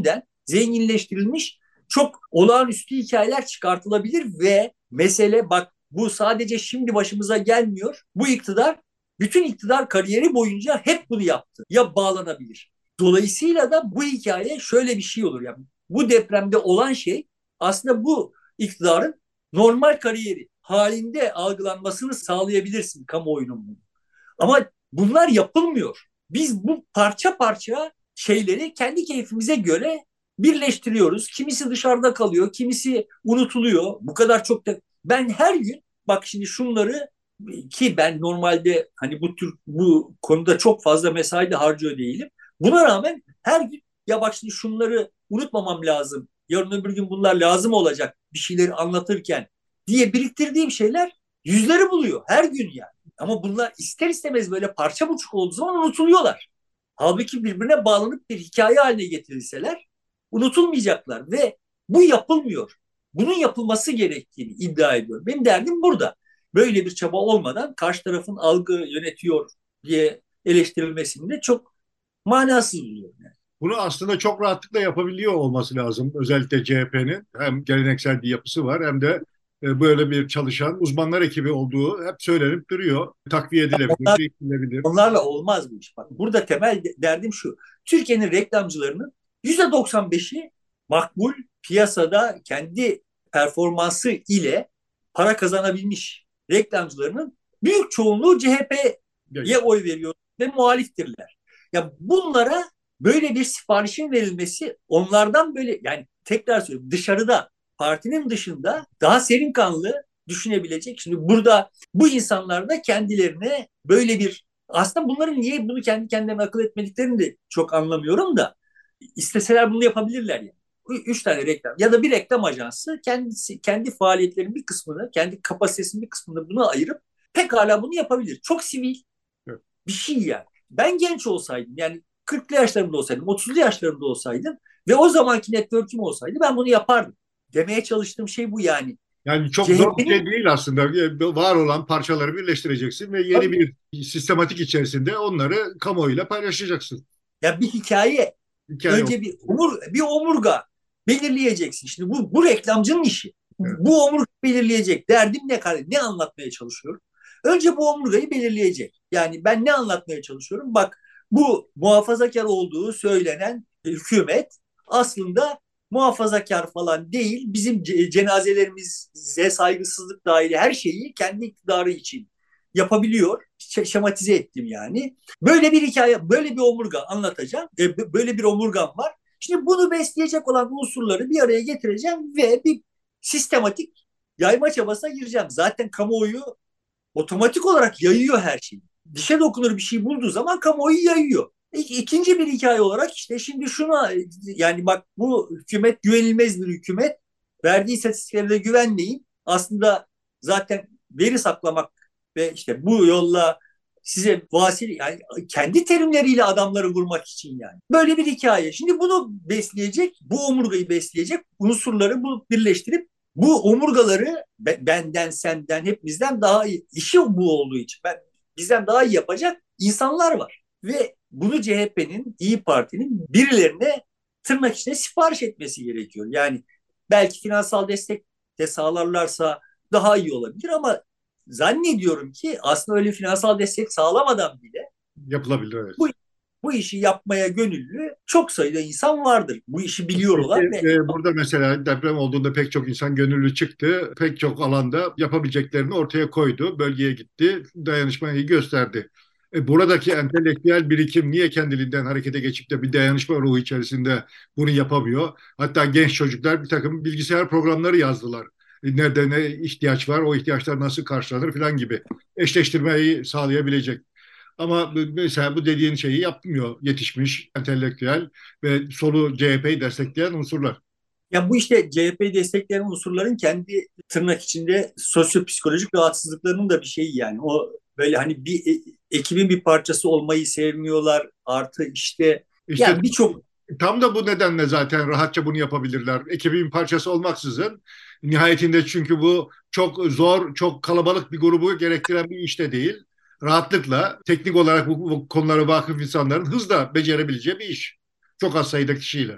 zenginleştirilmiş, çok olağanüstü hikayeler çıkartılabilir ve mesele bak bu sadece şimdi başımıza gelmiyor. Bu iktidar bütün iktidar kariyeri boyunca hep bunu yaptı. Ya bağlanabilir. Dolayısıyla da bu hikaye şöyle bir şey olur. Yani bu depremde olan şey aslında bu iktidarın normal kariyeri halinde algılanmasını sağlayabilirsin kamuoyunun. Ama bunlar yapılmıyor. Biz bu parça parça şeyleri kendi keyfimize göre birleştiriyoruz. Kimisi dışarıda kalıyor, kimisi unutuluyor. Bu kadar çok da ben her gün bak şimdi şunları ki ben normalde hani bu tür bu konuda çok fazla mesai de harcıyor değilim. Buna rağmen her gün ya bak şimdi şunları unutmamam lazım. Yarın öbür gün bunlar lazım olacak bir şeyleri anlatırken diye biriktirdiğim şeyler yüzleri buluyor her gün yani. Ama bunlar ister istemez böyle parça buçuk olduğu zaman unutuluyorlar. Halbuki birbirine bağlanıp bir hikaye haline getirilseler unutulmayacaklar ve bu yapılmıyor. Bunun yapılması gerektiğini iddia ediyorum. Benim derdim burada. Böyle bir çaba olmadan karşı tarafın algı yönetiyor diye eleştirilmesini de çok manasız buluyorum. Yani. Bunu aslında çok rahatlıkla yapabiliyor olması lazım. Özellikle C H P'nin hem geleneksel bir yapısı var hem de e, böyle bir çalışan uzmanlar ekibi olduğu hep söylenip duruyor. Takviye edilebilir, Onlar, değiştirilebilir. onlarla olmaz bu iş. Bak, burada temel derdim şu. Türkiye'nin reklamcılarının yüzde doksan beşi makbul piyasada kendi performansı ile para kazanabilmiş reklamcılarının büyük çoğunluğu C H P'ye oy veriyor ve muhaliftirler. Ya bunlara böyle bir siparişin verilmesi onlardan böyle yani tekrar söylüyorum dışarıda partinin dışında daha serin kanlı düşünebilecek. Şimdi burada bu insanlar da kendilerine böyle bir aslında bunların niye bunu kendi kendilerine akıl etmediklerini de çok anlamıyorum da isteseler bunu yapabilirler yani. Üç tane reklam ya da bir reklam ajansı kendisi kendi faaliyetlerinin bir kısmını, kendi kapasitesinin bir kısmını buna ayırıp pekala bunu yapabilir. Çok sivil Evet. bir şey yani. Ben genç olsaydım yani kırklı yaşlarımda olsaydım, otuzlu yaşlarımda olsaydım ve o zamanki network'üm olsaydı ben bunu yapardım. Demeye çalıştığım şey bu yani. Yani çok zor bir C H P'nin şey değil aslında. Var olan parçaları birleştireceksin ve yeni bir sistematik içerisinde onları kamuoyuyla paylaşacaksın. ya bir hikaye Hikaye önce bir omur bir omurga belirleyeceksin. Şimdi bu bu reklamcının işi. evet. Bu omurga belirleyecek. Derdim ne kadar ne anlatmaya çalışıyorum? Önce bu omurgayı belirleyecek. Yani ben ne anlatmaya çalışıyorum? Bak bu muhafazakar olduğu söylenen hükümet aslında muhafazakar falan değil. Bizim cenazelerimize saygısızlık dahil her şeyi kendi iktidarı için yapabiliyor. Şematize ettim yani. Böyle bir hikaye, böyle bir omurga anlatacağım. E, böyle bir omurgam var. Şimdi bunu besleyecek olan unsurları bir araya getireceğim ve bir sistematik yayma çabasına gireceğim. Zaten kamuoyu otomatik olarak yayıyor her şeyi. Dişe dokunur bir şey bulduğu zaman kamuoyu yayıyor. İkinci bir hikaye olarak işte şimdi şuna yani bak bu hükümet güvenilmez bir hükümet. Verdiği istatistiklere de güvenmeyin. Aslında zaten veri saklamak ve işte bu yolla size vasil yani kendi terimleriyle adamları vurmak için yani. Böyle bir hikaye. Şimdi bunu besleyecek, bu omurgayı besleyecek unsurları bu birleştirip bu omurgaları benden, senden, hepimizden daha iyi işi bu olduğu için ben bizden daha iyi yapacak insanlar var. Ve bunu C H P'nin, İyi Parti'nin birilerine tırnak içinde sipariş etmesi gerekiyor. Yani belki finansal destek de sağlarlarsa daha iyi olabilir ama zannediyorum ki aslında öyle finansal destek sağlamadan bile Yapılabilir evet. bu bu işi yapmaya gönüllü çok sayıda insan vardır. Bu işi biliyor olan ve Peki, e, burada mesela deprem olduğunda pek çok insan gönüllü çıktı. Pek çok alanda yapabileceklerini ortaya koydu. Bölgeye gitti. Dayanışmayı gösterdi. E, buradaki entelektüel birikim niye kendiliğinden harekete geçip de bir dayanışma ruhu içerisinde bunu yapamıyor? Hatta genç çocuklar bir takım bilgisayar programları yazdılar. E, nerede ne ihtiyaç var, o ihtiyaçlar nasıl karşılanır falan gibi eşleştirmeyi sağlayabilecek. Ama mesela bu dediğin şeyi yapmıyor yetişmiş, entelektüel ve solu C H P'yi destekleyen unsurlar. ya bu işte C H P'yi destekleyen unsurların kendi tırnak içinde sosyopsikolojik rahatsızlıklarının da bir şeyi yani. O böyle hani bir e, ekibin bir parçası olmayı sevmiyorlar. Artı işte İşte yani birçok tam da bu nedenle zaten rahatça bunu yapabilirler. Ekibin parçası olmaksızın. Nihayetinde çünkü bu çok zor, çok kalabalık bir grubu gerektiren bir iş de değil. Rahatlıkla teknik olarak bu, bu konulara vakıf insanların hızla becerebileceği bir iş. Çok az sayıda kişiyle.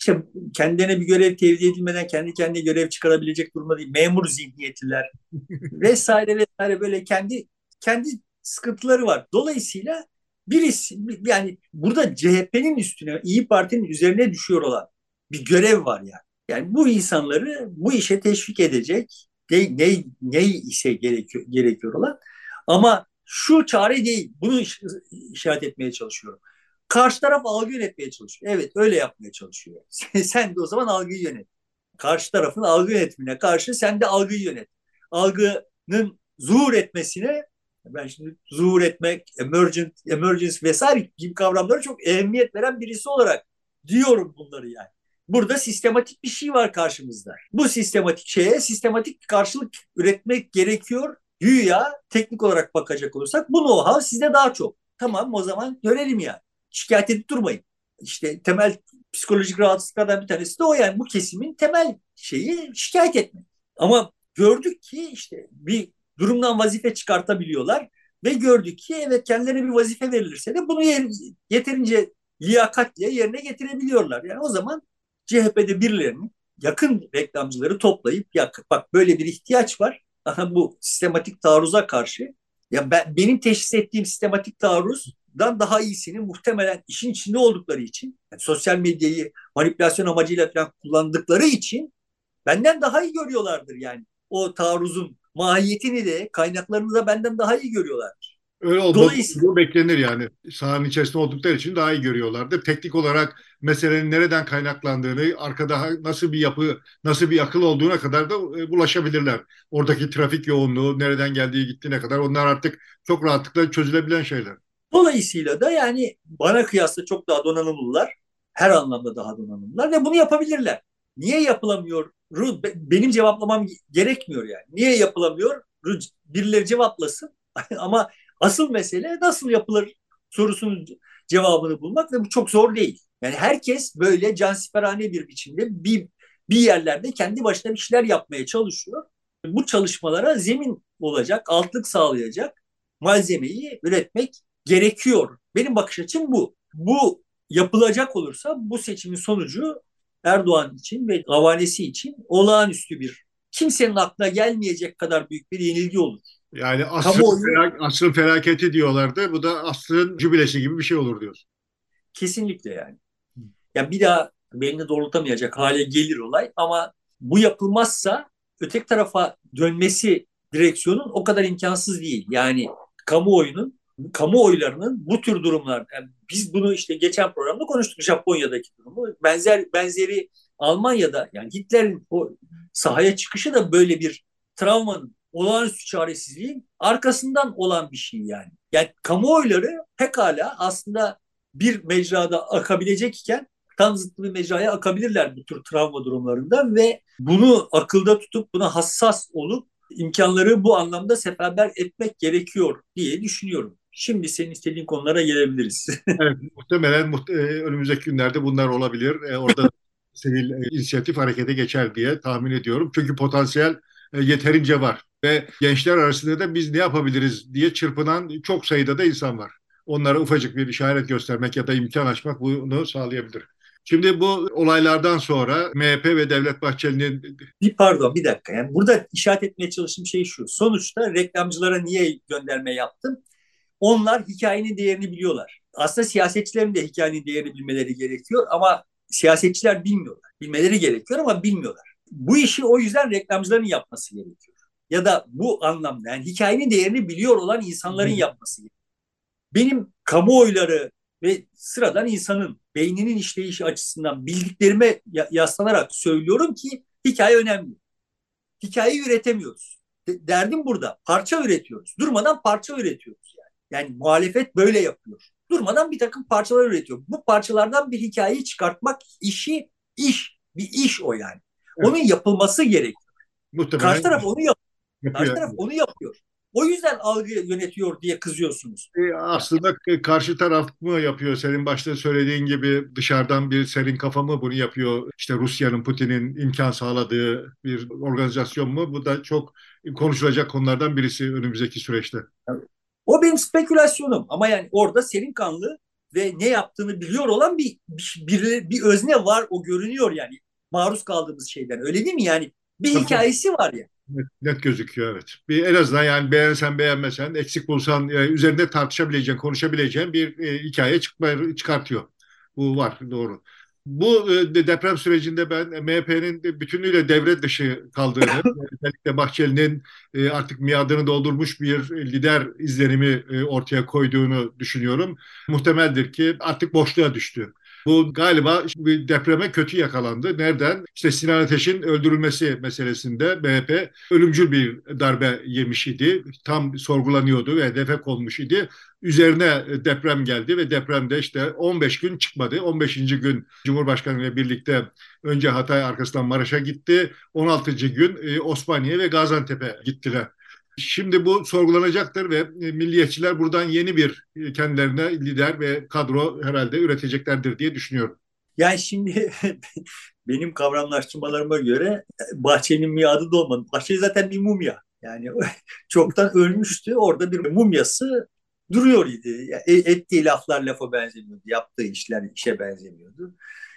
İşte kendine bir görev tevdi edilmeden kendi kendine görev çıkarabilecek durumda değil. Memur zihniyetiler vesaire vesaire, böyle kendi kendi sıkıntıları var. Dolayısıyla birisi, yani burada C H P'nin üstüne, İyi Parti'nin üzerine düşüyor olan bir görev var yani. Yani bu insanları bu işe teşvik edecek ne, ne, ne ise gerekiyor, gerekiyor olan, ama şu çare değil. Bunu işaret etmeye çalışıyorum. Karşı taraf algı yönetmeye çalışıyor. Evet, öyle yapmaya çalışıyor. Sen de o zaman algıyı yönet. Karşı tarafın algı yönetimine karşı sen de algıyı yönet. Algının zuhur etmesine, ben şimdi zuhur etmek, emergent, emergence vesaire gibi kavramlara çok ehemmiyet veren birisi olarak diyorum bunları yani. Burada sistematik bir şey var karşımızda. Bu sistematik şeye sistematik karşılık üretmek gerekiyor. Güya teknik olarak bakacak olursak bu know-how sizde daha çok. Tamam, o zaman görelim yani. Şikayet edip durmayın. İşte temel psikolojik rahatsızlıklardan bir tanesi de o yani. Bu kesimin temel şeyi şikayet etmek. Ama gördük ki işte bir durumdan vazife çıkartabiliyorlar ve gördük ki evet, kendilerine bir vazife verilirse de bunu yeterince liyakatle yerine getirebiliyorlar. Yani o zaman C H P'de birilerini, yakın reklamcıları toplayıp, ya bak böyle bir ihtiyaç var. Aha, bu sistematik taarruza karşı, ya ben, benim teşhis ettiğim sistematik taarruzdan daha iyisini muhtemelen işin içinde oldukları için, yani sosyal medyayı manipülasyon amacıyla falan kullandıkları için benden daha iyi görüyorlardır yani. O taarruzun mahiyetini de kaynaklarını da benden daha iyi görüyorlardır. Öyle olmalı. Dolayısıyla Bu beklenir yani. Sahanın içerisinde oldukları için daha iyi görüyorlardır. Teknik olarak meselenin nereden kaynaklandığını, arkada nasıl bir yapı, nasıl bir akıl olduğuna kadar da e, bulaşabilirler. Oradaki trafik yoğunluğu, nereden geldiği gittiğine kadar onlar artık çok rahatlıkla çözülebilen şeyler. dolayısıyla da yani bana kıyasla çok daha donanımlılar. Her anlamda daha donanımlılar ve bunu yapabilirler. Niye yapılamıyor? Benim cevaplamam gerekmiyor yani. Niye yapılamıyor? Birileri cevaplasın. Ama asıl mesele nasıl yapılır sorusunun cevabını bulmak ve bu çok zor değil. Yani herkes böyle cansiperane bir biçimde bir bir yerlerde kendi başına bir şeyler yapmaya çalışıyor. Bu çalışmalara zemin olacak, altlık sağlayacak malzemeyi üretmek gerekiyor. Benim bakış açım bu. Bu yapılacak olursa bu seçimin sonucu Erdoğan için ve avanesi için olağanüstü bir, kimsenin aklına gelmeyecek kadar büyük bir yenilgi olur. Yani asrın, Kamuoyu felak, asrın felaketi diyorlardı. Bu da asrın jübilesi gibi bir şey olur diyorsun. kesinlikle yani. Yani bir daha belini doğrultamayacak hale gelir olay, ama bu yapılmazsa öteki tarafa dönmesi direksiyonun o kadar imkansız değil. Yani kamuoyunun, kamuoylarının bu tür durumlar, yani biz bunu işte geçen programda konuştuk, Japonya'daki durumu. Benzer benzeri Almanya'da, yani Hitler'in o sahaya çıkışı da böyle bir travmanın, olağanüstü çaresizliğin arkasından olan bir şey yani. Yani kamuoyları pekala aslında bir mecrada akabilecek iken tam zıttı bir mecraya akabilirler bu tür travma durumlarında ve bunu akılda tutup buna hassas olup imkanları bu anlamda seferber etmek gerekiyor diye düşünüyorum. Şimdi senin istediğin konulara gelebiliriz. Evet, muhtemelen muht- e, önümüzdeki günlerde bunlar olabilir. E, orada sivil e, inisiyatif harekete geçer diye tahmin ediyorum. Çünkü potansiyel e, yeterince var. Ve gençler arasında da biz ne yapabiliriz diye çırpınan çok sayıda da insan var. Onlara ufacık bir işaret göstermek ya da imkan açmak bunu sağlayabilir. Şimdi bu olaylardan sonra M H P ve Devlet Bahçeli'nin Bir pardon, bir dakika. Yani burada işaret etmeye çalıştığım şey şu. Sonuçta reklamcılara niye gönderme yaptım? Onlar hikayenin değerini biliyorlar. Aslında siyasetçilerin de hikayenin değerini bilmeleri gerekiyor ama siyasetçiler bilmiyorlar. Bilmeleri gerekiyor ama bilmiyorlar. Bu işi o yüzden reklamcıların yapması gerekiyor. Ya da bu anlamda yani hikayenin değerini biliyor olan insanların yapması gerekiyor. Benim kamuoyları ve sıradan insanın beyninin işleyişi açısından bildiklerime yaslanarak söylüyorum ki hikaye önemli. Hikayeyi üretemiyoruz. Derdim burada. Parça üretiyoruz. Durmadan parça üretiyoruz yani. Yani muhalefet böyle yapıyor. Durmadan bir takım parçalar üretiyor. Bu parçalardan bir hikayeyi çıkartmak işi iş. Bir iş o yani. evet, Onun yapılması gerekiyor. Karşı muhtemelen taraf onu yapıyor. Karşı yapıyor. taraf onu yapıyor. O yüzden algı yönetiyor diye kızıyorsunuz. E, Ya, aslında karşı taraf mı yapıyor? Senin başta söylediğin gibi dışarıdan bir serin kafa mı bunu yapıyor? İşte Rusya'nın, Putin'in imkan sağladığı bir organizasyon mu? Bu da çok konuşulacak konulardan birisi önümüzdeki süreçte. o benim spekülasyonum ama yani orada serin kanlı ve ne yaptığını biliyor olan bir, bir, bir, bir özne var. O görünüyor yani. Maruz kaldığımız şeyden. Öyle değil mi? Yani bir Tabii, tabii. hikayesi var ya. Net, net gözüküyor, evet. Bir, en azından yani beğensen beğenmesen, eksik bulsan e, üzerinde tartışabileceğin, konuşabileceğin bir e, hikaye çıkma, çıkartıyor. Bu var, doğru. Bu e, deprem sürecinde ben M H P'nin bütünüyle devre dışı kaldığını, özellikle Bahçeli'nin e, artık miadını doldurmuş bir lider izlenimi e, ortaya koyduğunu düşünüyorum. Muhtemeldir ki artık boşluğa düştü. Bu galiba bir depreme kötü yakalandı. Nereden? İşte Sinan Ateş'in öldürülmesi meselesinde M H P ölümcül bir darbe yemiş idi. Tam sorgulanıyordu ve hedefe konmuş idi. Üzerine deprem geldi ve depremde işte on beş gün çıkmadı. on beşinci gün Cumhurbaşkanı ile birlikte önce Hatay, arkasından Maraş'a gitti. on altıncı gün e, Osmaniye ve Gaziantep'e gittiler. Şimdi bu sorgulanacaktır ve e, milliyetçiler buradan yeni bir e, kendilerine lider ve kadro herhalde üreteceklerdir diye düşünüyorum. Yani şimdi benim kavramlaştırmalarıma göre Bahçeli'nin miadı dolmadı. Bahçeli zaten bir mumya. Yani çoktan ölmüştü. Orada bir mumyası duruyor idi. Yani ettiği laflar lafa benzemiyordu. Yaptığı işler işe benzemiyordu.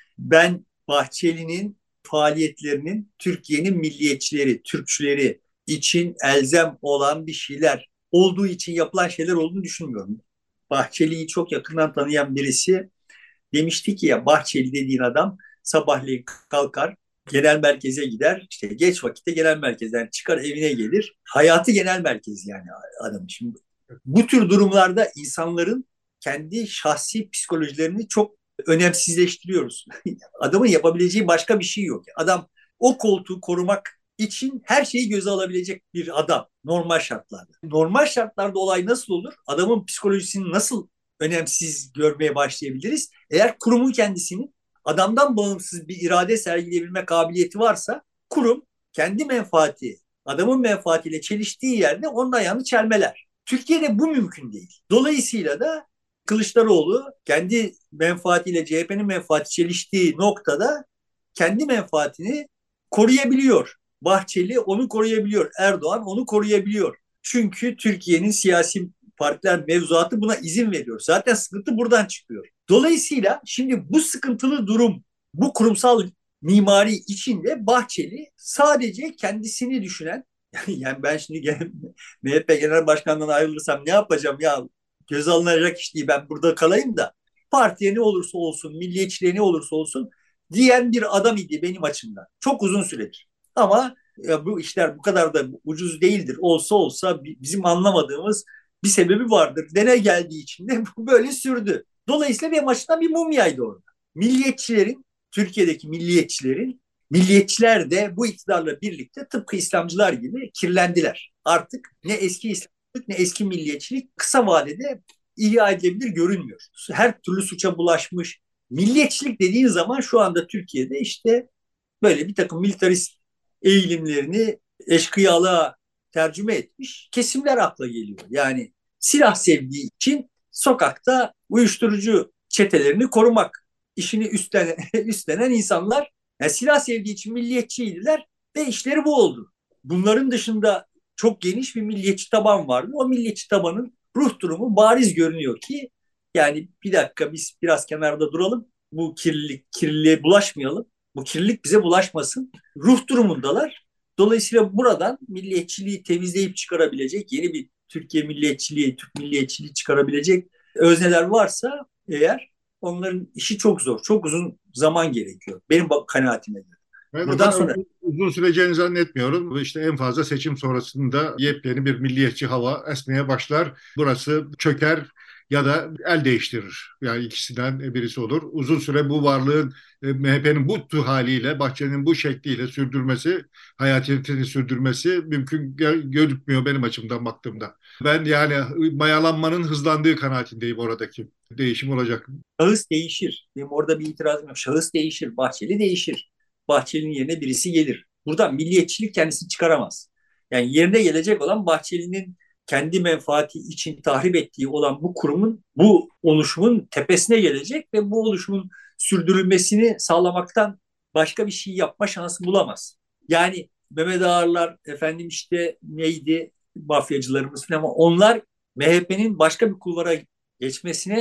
Ben Bahçeli'nin faaliyetlerinin Türkiye'nin milliyetçileri, Türkçüleri için elzem olan bir şeyler olduğu için yapılan şeyler olduğunu düşünmüyorum. Bahçeli'yi çok yakından tanıyan birisi demişti ki ya Bahçeli dediğin adam sabahleyin kalkar, genel merkeze gider. İşte geç vakitte genel merkezden çıkar evine gelir. Hayatı genel merkez yani adam. Şimdi bu tür durumlarda insanların kendi şahsi psikolojilerini çok önemsizleştiriyoruz. Adamın yapabileceği başka bir şey yok. Adam o koltuğu korumak için her şeyi göze alabilecek bir adam normal şartlarda. Normal şartlarda olay nasıl olur? Adamın psikolojisini nasıl önemsiz görmeye başlayabiliriz? Eğer kurumun kendisinin adamdan bağımsız bir irade sergileyebilme kabiliyeti varsa kurum kendi menfaati, adamın menfaatiyle çeliştiği yerde onun ayağını çelmeler. Türkiye'de bu mümkün değil. Dolayısıyla da Kılıçdaroğlu kendi menfaatiyle C H P'nin menfaati çeliştiği noktada kendi menfaatini koruyabiliyor. Bahçeli onu koruyabiliyor. Erdoğan onu koruyabiliyor. Çünkü Türkiye'nin siyasi partiler mevzuatı buna izin veriyor. Zaten sıkıntı buradan çıkıyor. Dolayısıyla şimdi bu sıkıntılı durum, bu kurumsal mimari içinde Bahçeli sadece kendisini düşünen, yani ben şimdi M H P Genel Başkanı'ndan ayrılırsam ne yapacağım ya, göz alınacak iş değil, ben burada kalayım da partiye ne olursa olsun, milliyetçiliğe ne olursa olsun diyen bir adam idi benim açımdan. Çok uzun süredir. Ama ya bu işler bu kadar da ucuz değildir. Olsa olsa bizim anlamadığımız bir sebebi vardır. Dene geldiği için de bu böyle sürdü. Dolayısıyla benim açımdan bir mumyaydı orada. Milliyetçilerin, Türkiye'deki milliyetçilerin, milliyetçiler de bu iktidarla birlikte tıpkı İslamcılar gibi kirlendiler. Artık ne eski İslamcılık ne eski milliyetçilik kısa vadede ihya edilebilir görünmüyor. Her türlü suça bulaşmış. Milliyetçilik dediğin zaman şu anda Türkiye'de işte böyle bir takım militarist eğilimlerini eşkıyalığa tercüme etmiş kesimler akla geliyor. Yani silah sevdiği için sokakta uyuşturucu çetelerini korumak işini üstlenen, üstlenen insanlar, yani silah sevdiği için milliyetçiydiler ve işleri bu oldu. Bunların dışında çok geniş bir milliyetçi taban vardı. O milliyetçi tabanın ruh durumu bariz görünüyor ki yani bir dakika biz biraz kenarda duralım. Bu kirlilik, kirliliğe bulaşmayalım. Bu kirlilik bize bulaşmasın. Ruh durumundalar. Dolayısıyla buradan milliyetçiliği temizleyip çıkarabilecek, yeni bir Türkiye milliyetçiliği, Türk milliyetçiliği çıkarabilecek özneler varsa eğer, onların işi çok zor. Çok uzun zaman gerekiyor. Benim kanaatime göre. Ben o Buradan kadar sonra uzun süreceğini zannetmiyorum. İşte en fazla seçim sonrasında yepyeni bir milliyetçi hava esmeye başlar. Burası çöker ya da el değiştirir. Yani ikisinden birisi olur. Uzun süre bu varlığın e, M H P'nin bu haliyle, Bahçeli'nin bu şekliyle sürdürmesi, hayatiyetini sürdürmesi mümkün gözükmüyor benim açımdan baktığımda. Ben yani mayalanmanın hızlandığı kanaatindeyim oradaki. Değişim olacak. şahıs değişir. Benim orada bir itirazım yok. Şahıs değişir. Bahçeli değişir. Bahçeli'nin yerine birisi gelir. Buradan milliyetçilik kendisini çıkaramaz. Yani yerine gelecek olan Bahçeli'nin kendi menfaati için tahrip ettiği olan bu kurumun, bu oluşumun tepesine gelecek ve bu oluşumun sürdürülmesini sağlamaktan başka bir şey yapma şansı bulamaz. Yani Mehmet Ağarlar, efendim işte neydi, mafyacılarımız falan, ama onlar M H P'nin başka bir kulvara geçmesine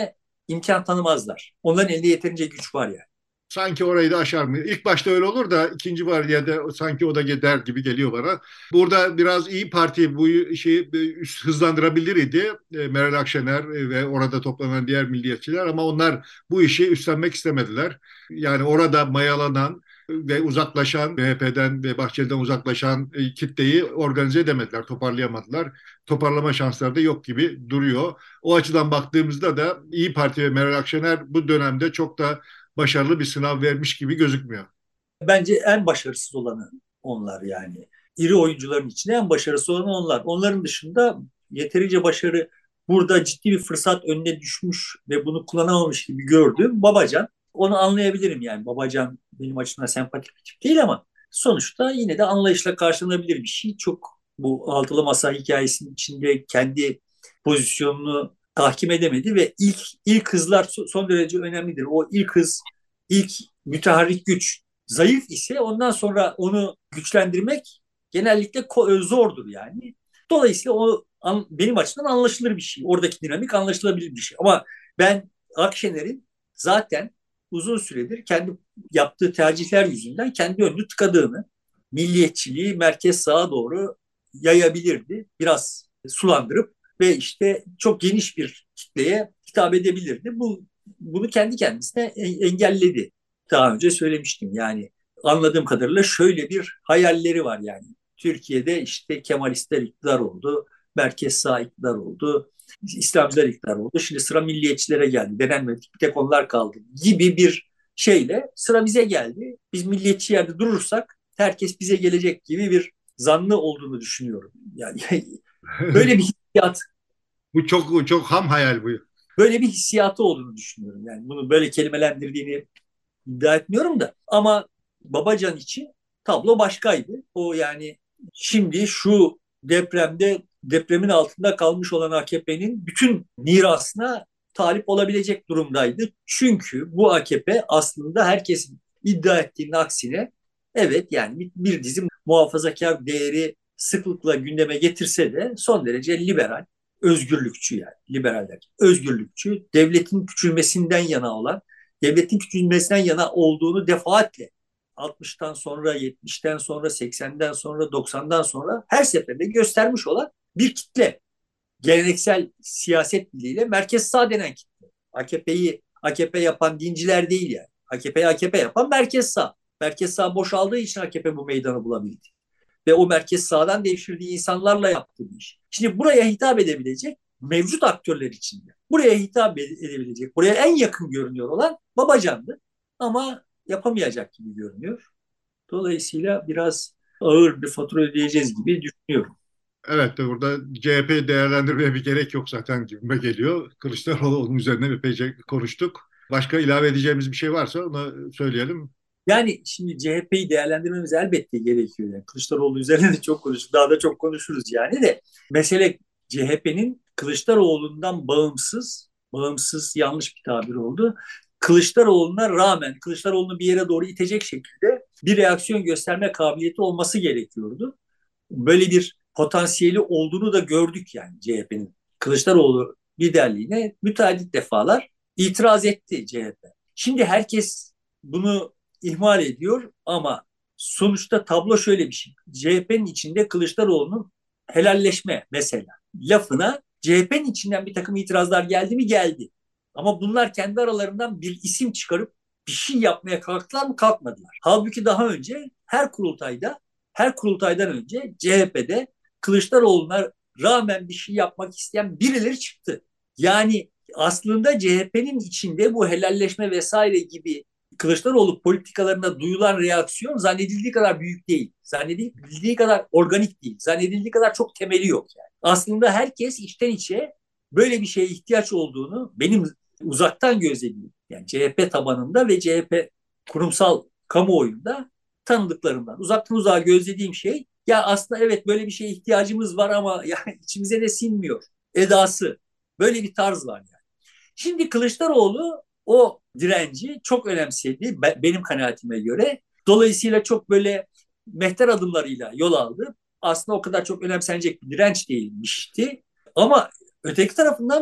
imkan tanımazlar. Onların elinde yeterince güç var yani. Sanki orayı da aşar mı? İlk başta öyle olur da ikinci variyede sanki o da gider gibi geliyor bana. Burada biraz İyi Parti bu işi hızlandırabilir idi. E, Meral Akşener ve orada toplanan diğer milliyetçiler ama onlar bu işi üstlenmek istemediler. Yani orada mayalanan ve uzaklaşan B H P'den ve Bahçeli'den uzaklaşan e, kitleyi organize edemediler, toparlayamadılar. Toparlama şansları da yok gibi duruyor. O açıdan baktığımızda da İyi Parti ve Meral Akşener bu dönemde çok da başarılı bir sınav vermiş gibi gözükmüyor. Bence en başarısız olanı onlar yani. İri oyuncuların içinde en başarısız olanı onlar. Onların dışında yeterince başarı, burada ciddi bir fırsat önüne düşmüş ve bunu kullanamamış gibi gördüğüm Babacan. Onu anlayabilirim yani. Babacan benim açımdan sempatik bir tip değil ama sonuçta yine de anlayışla karşılanabilir bir şey. Çok bu altılı masa hikayesinin içinde kendi pozisyonunu tahkim edemedi ve ilk ilk hızlar son derece önemlidir. O ilk hız, ilk müteharrik güç zayıf ise ondan sonra onu güçlendirmek genellikle zordur yani. Dolayısıyla o an, benim açımdan anlaşılır bir şey. Oradaki dinamik anlaşılabilir bir şey. Ama ben Akşener'in zaten uzun süredir kendi yaptığı tercihler yüzünden kendi önünü tıkadığını, milliyetçiliği merkez sağa doğru yayabilirdi. Biraz sulandırıp ve işte çok geniş bir kitleye hitap edebilirdi. Bu bunu kendi kendisine engelledi. Daha önce söylemiştim yani anladığım kadarıyla şöyle bir hayalleri var yani. Türkiye'de işte Kemalistler iktidar oldu, merkez sağ iktidar oldu, İslamcılar iktidar oldu. Şimdi sıra milliyetçilere geldi. Denenmedik bir tek onlar kaldı gibi bir şeyle sıra bize geldi. Biz milliyetçi yerde durursak herkes bize gelecek gibi bir zannı olduğunu düşünüyorum. Yani böyle bir hissiyat, Bu çok çok ham hayal bu. böyle bir hissiyatı olduğunu düşünüyorum. Yani bunu böyle kelimelendirdiğini iddia etmiyorum da ama Babacan için tablo başkaydı. O yani şimdi şu depremde depremin altında kalmış olan A K P'nin bütün mirasına talip olabilecek durumdaydı. Çünkü bu A K P aslında herkesin iddia ettiğinin aksine evet yani bir, bir dizi muhafazakar değeri sıklıkla gündeme getirse de son derece liberal, özgürlükçü yani liberaller, özgürlükçü, devletin küçülmesinden yana olan, devletin küçülmesinden yana olduğunu defaatle altmıştan sonra, yetmişten sonra, seksenden sonra, doksandan sonra her seferinde göstermiş olan bir kitle. Geleneksel siyaset diliyle merkez sağ denen kitle. A K P'yi A K P yapan dinciler değil yani. A K P'yi A K P yapan merkez sağ. Merkez sağ boşaldığı için A K P bu meydanı bulabildi. Ve o merkez sağdan devşirdiği insanlarla yaptığı bir iş. Şimdi buraya hitap edebilecek mevcut aktörler içinde. Buraya hitap edebilecek, buraya en yakın görünüyor olan Babacan'dı. Ama yapamayacak gibi görünüyor. Dolayısıyla biraz ağır bir fatura ödeyeceğiz gibi düşünüyorum. Evet de burada C H P değerlendirmeye bir gerek yok zaten gibime geliyor. Kılıçdaroğlu onun üzerine epeyce konuştuk. Başka ilave edeceğimiz bir şey varsa onu söyleyelim. Yani şimdi C H P'yi değerlendirmemiz elbette gerekiyor. Yani Kılıçdaroğlu üzerine de çok konuştuk. Daha da çok konuşuruz yani de. Mesele C H P'nin Kılıçdaroğlu'ndan bağımsız, bağımsız yanlış bir tabir oldu. Kılıçdaroğlu'na rağmen Kılıçdaroğlu'nu bir yere doğru itecek şekilde bir reaksiyon gösterme kabiliyeti olması gerekiyordu. Böyle bir potansiyeli olduğunu da gördük yani C H P'nin. Kılıçdaroğlu liderliğine müteahhit defalar itiraz etti C H P. Şimdi herkes bunu ihmal ediyor ama sonuçta tablo şöyle bir şey. C H P'nin içinde Kılıçdaroğlu'nun helalleşme mesela lafına C H P'nin içinden bir takım itirazlar geldi mi geldi. Ama bunlar kendi aralarından bir isim çıkarıp bir şey yapmaya kalktılar mı kalkmadılar. Halbuki daha önce her kurultayda her kurultaydan önce C H P'de Kılıçdaroğlu'na rağmen bir şey yapmak isteyen birileri çıktı. Yani aslında C H P'nin içinde bu helalleşme vesaire gibi Kılıçdaroğlu politikalarına duyulan reaksiyon zannedildiği kadar büyük değil. Zannedildiği kadar organik değil. Zannedildiği kadar çok temeli yok yani. Aslında herkes içten içe böyle bir şeye ihtiyaç olduğunu benim uzaktan gözlediğim yani C H P tabanında ve C H P kurumsal kamuoyunda tanıdıklarımdan uzaktan uzağa gözlediğim şey ya aslında evet böyle bir şeye ihtiyacımız var ama yani içimize de sinmiyor edası. Böyle bir tarz var yani. Şimdi Kılıçdaroğlu o direnci çok önemsedi benim kanaatime göre. Dolayısıyla çok böyle mehter adımlarıyla yol aldı. Aslında o kadar çok önemsenecek bir direnç değilmişti. Ama öteki tarafından da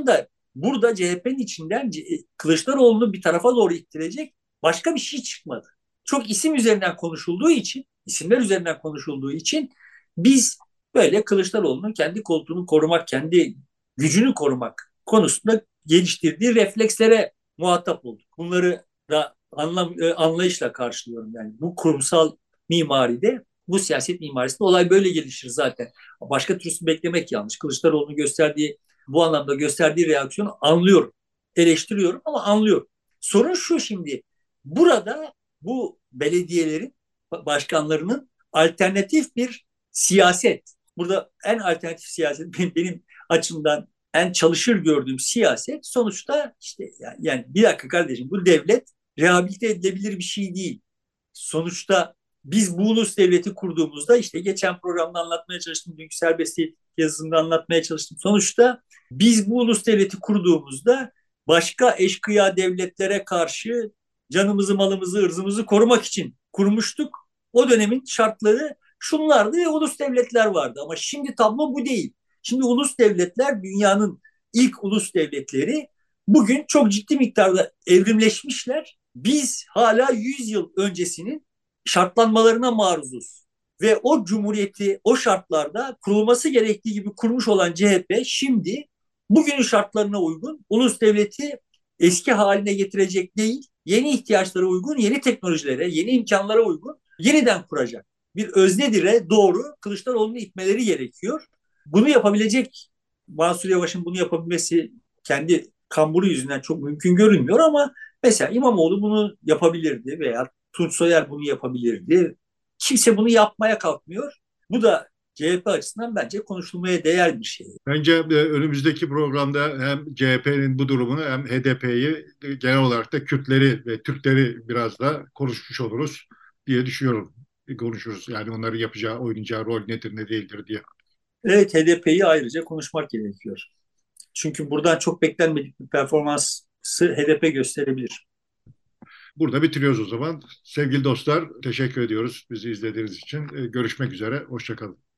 burada C H P'nin içinden Kılıçdaroğlu'nu bir tarafa doğru ittirecek başka bir şey çıkmadı. Çok isim üzerinden konuşulduğu için, isimler üzerinden konuşulduğu için biz böyle Kılıçdaroğlu'nun kendi koltuğunu korumak, kendi gücünü korumak konusunda geliştirdiği reflekslere muhatap olduk. Bunları da anlam, anlayışla karşılıyorum. Yani bu kurumsal mimaride, bu siyaset mimarisinde olay böyle gelişir zaten. Başka türlüsü beklemek yanlış. Kılıçdaroğlu'nun gösterdiği, bu anlamda gösterdiği reaksiyonu anlıyorum. Eleştiriyorum ama anlıyorum. Sorun şu şimdi. Burada bu belediyelerin başkanlarının alternatif bir siyaset. Burada en alternatif siyaset benim, benim açımdan en çalışır gördüğüm siyaset sonuçta işte yani, yani bir dakika kardeşim, bu devlet rehabilite edilebilir bir şey değil. Sonuçta biz bu ulus devleti kurduğumuzda, işte geçen programda anlatmaya çalıştım, dünkü serbest yazısında anlatmaya çalıştım. Sonuçta biz bu ulus devleti kurduğumuzda başka eşkıya devletlere karşı canımızı, malımızı, ırzımızı korumak için kurmuştuk. O dönemin şartları şunlardı ve ulus devletler vardı. Ama şimdi tablo bu değil. Şimdi ulus devletler, dünyanın ilk ulus devletleri, bugün çok ciddi miktarda evrimleşmişler. Biz hala yüz yıl öncesinin şartlanmalarına maruzuz. Ve o cumhuriyeti o şartlarda kurulması gerektiği gibi kurmuş olan C H P şimdi bugünün şartlarına uygun ulus devleti eski haline getirecek değil, yeni ihtiyaçlara uygun, yeni teknolojilere, yeni imkanlara uygun yeniden kuracak. Bir öznedire doğru Kılıçdaroğlu'nu itmeleri gerekiyor. Bunu yapabilecek Mansur Yavaş'ın bunu yapabilmesi kendi kamburu yüzünden çok mümkün görünmüyor ama mesela İmamoğlu bunu yapabilirdi veya Tunç Soyer bunu yapabilirdi. Kimse bunu yapmaya kalkmıyor. Bu da C H P açısından bence konuşulmaya değer bir şey. Bence e, önümüzdeki programda hem C H P'nin bu durumunu hem H D P'yi, genel olarak da Kürtleri ve Türkleri biraz da konuşmuş oluruz diye düşünüyorum. Konuşuruz. Yani onların yapacağı, oynayacağı rol nedir, ne değildir diye. Evet, H D P'yi ayrıca konuşmak gerekiyor. Çünkü buradan çok beklenmedik bir performansı H D P gösterebilir. Burada bitiriyoruz o zaman. Sevgili dostlar, teşekkür ediyoruz bizi izlediğiniz için. E, Görüşmek üzere, hoşça kalın.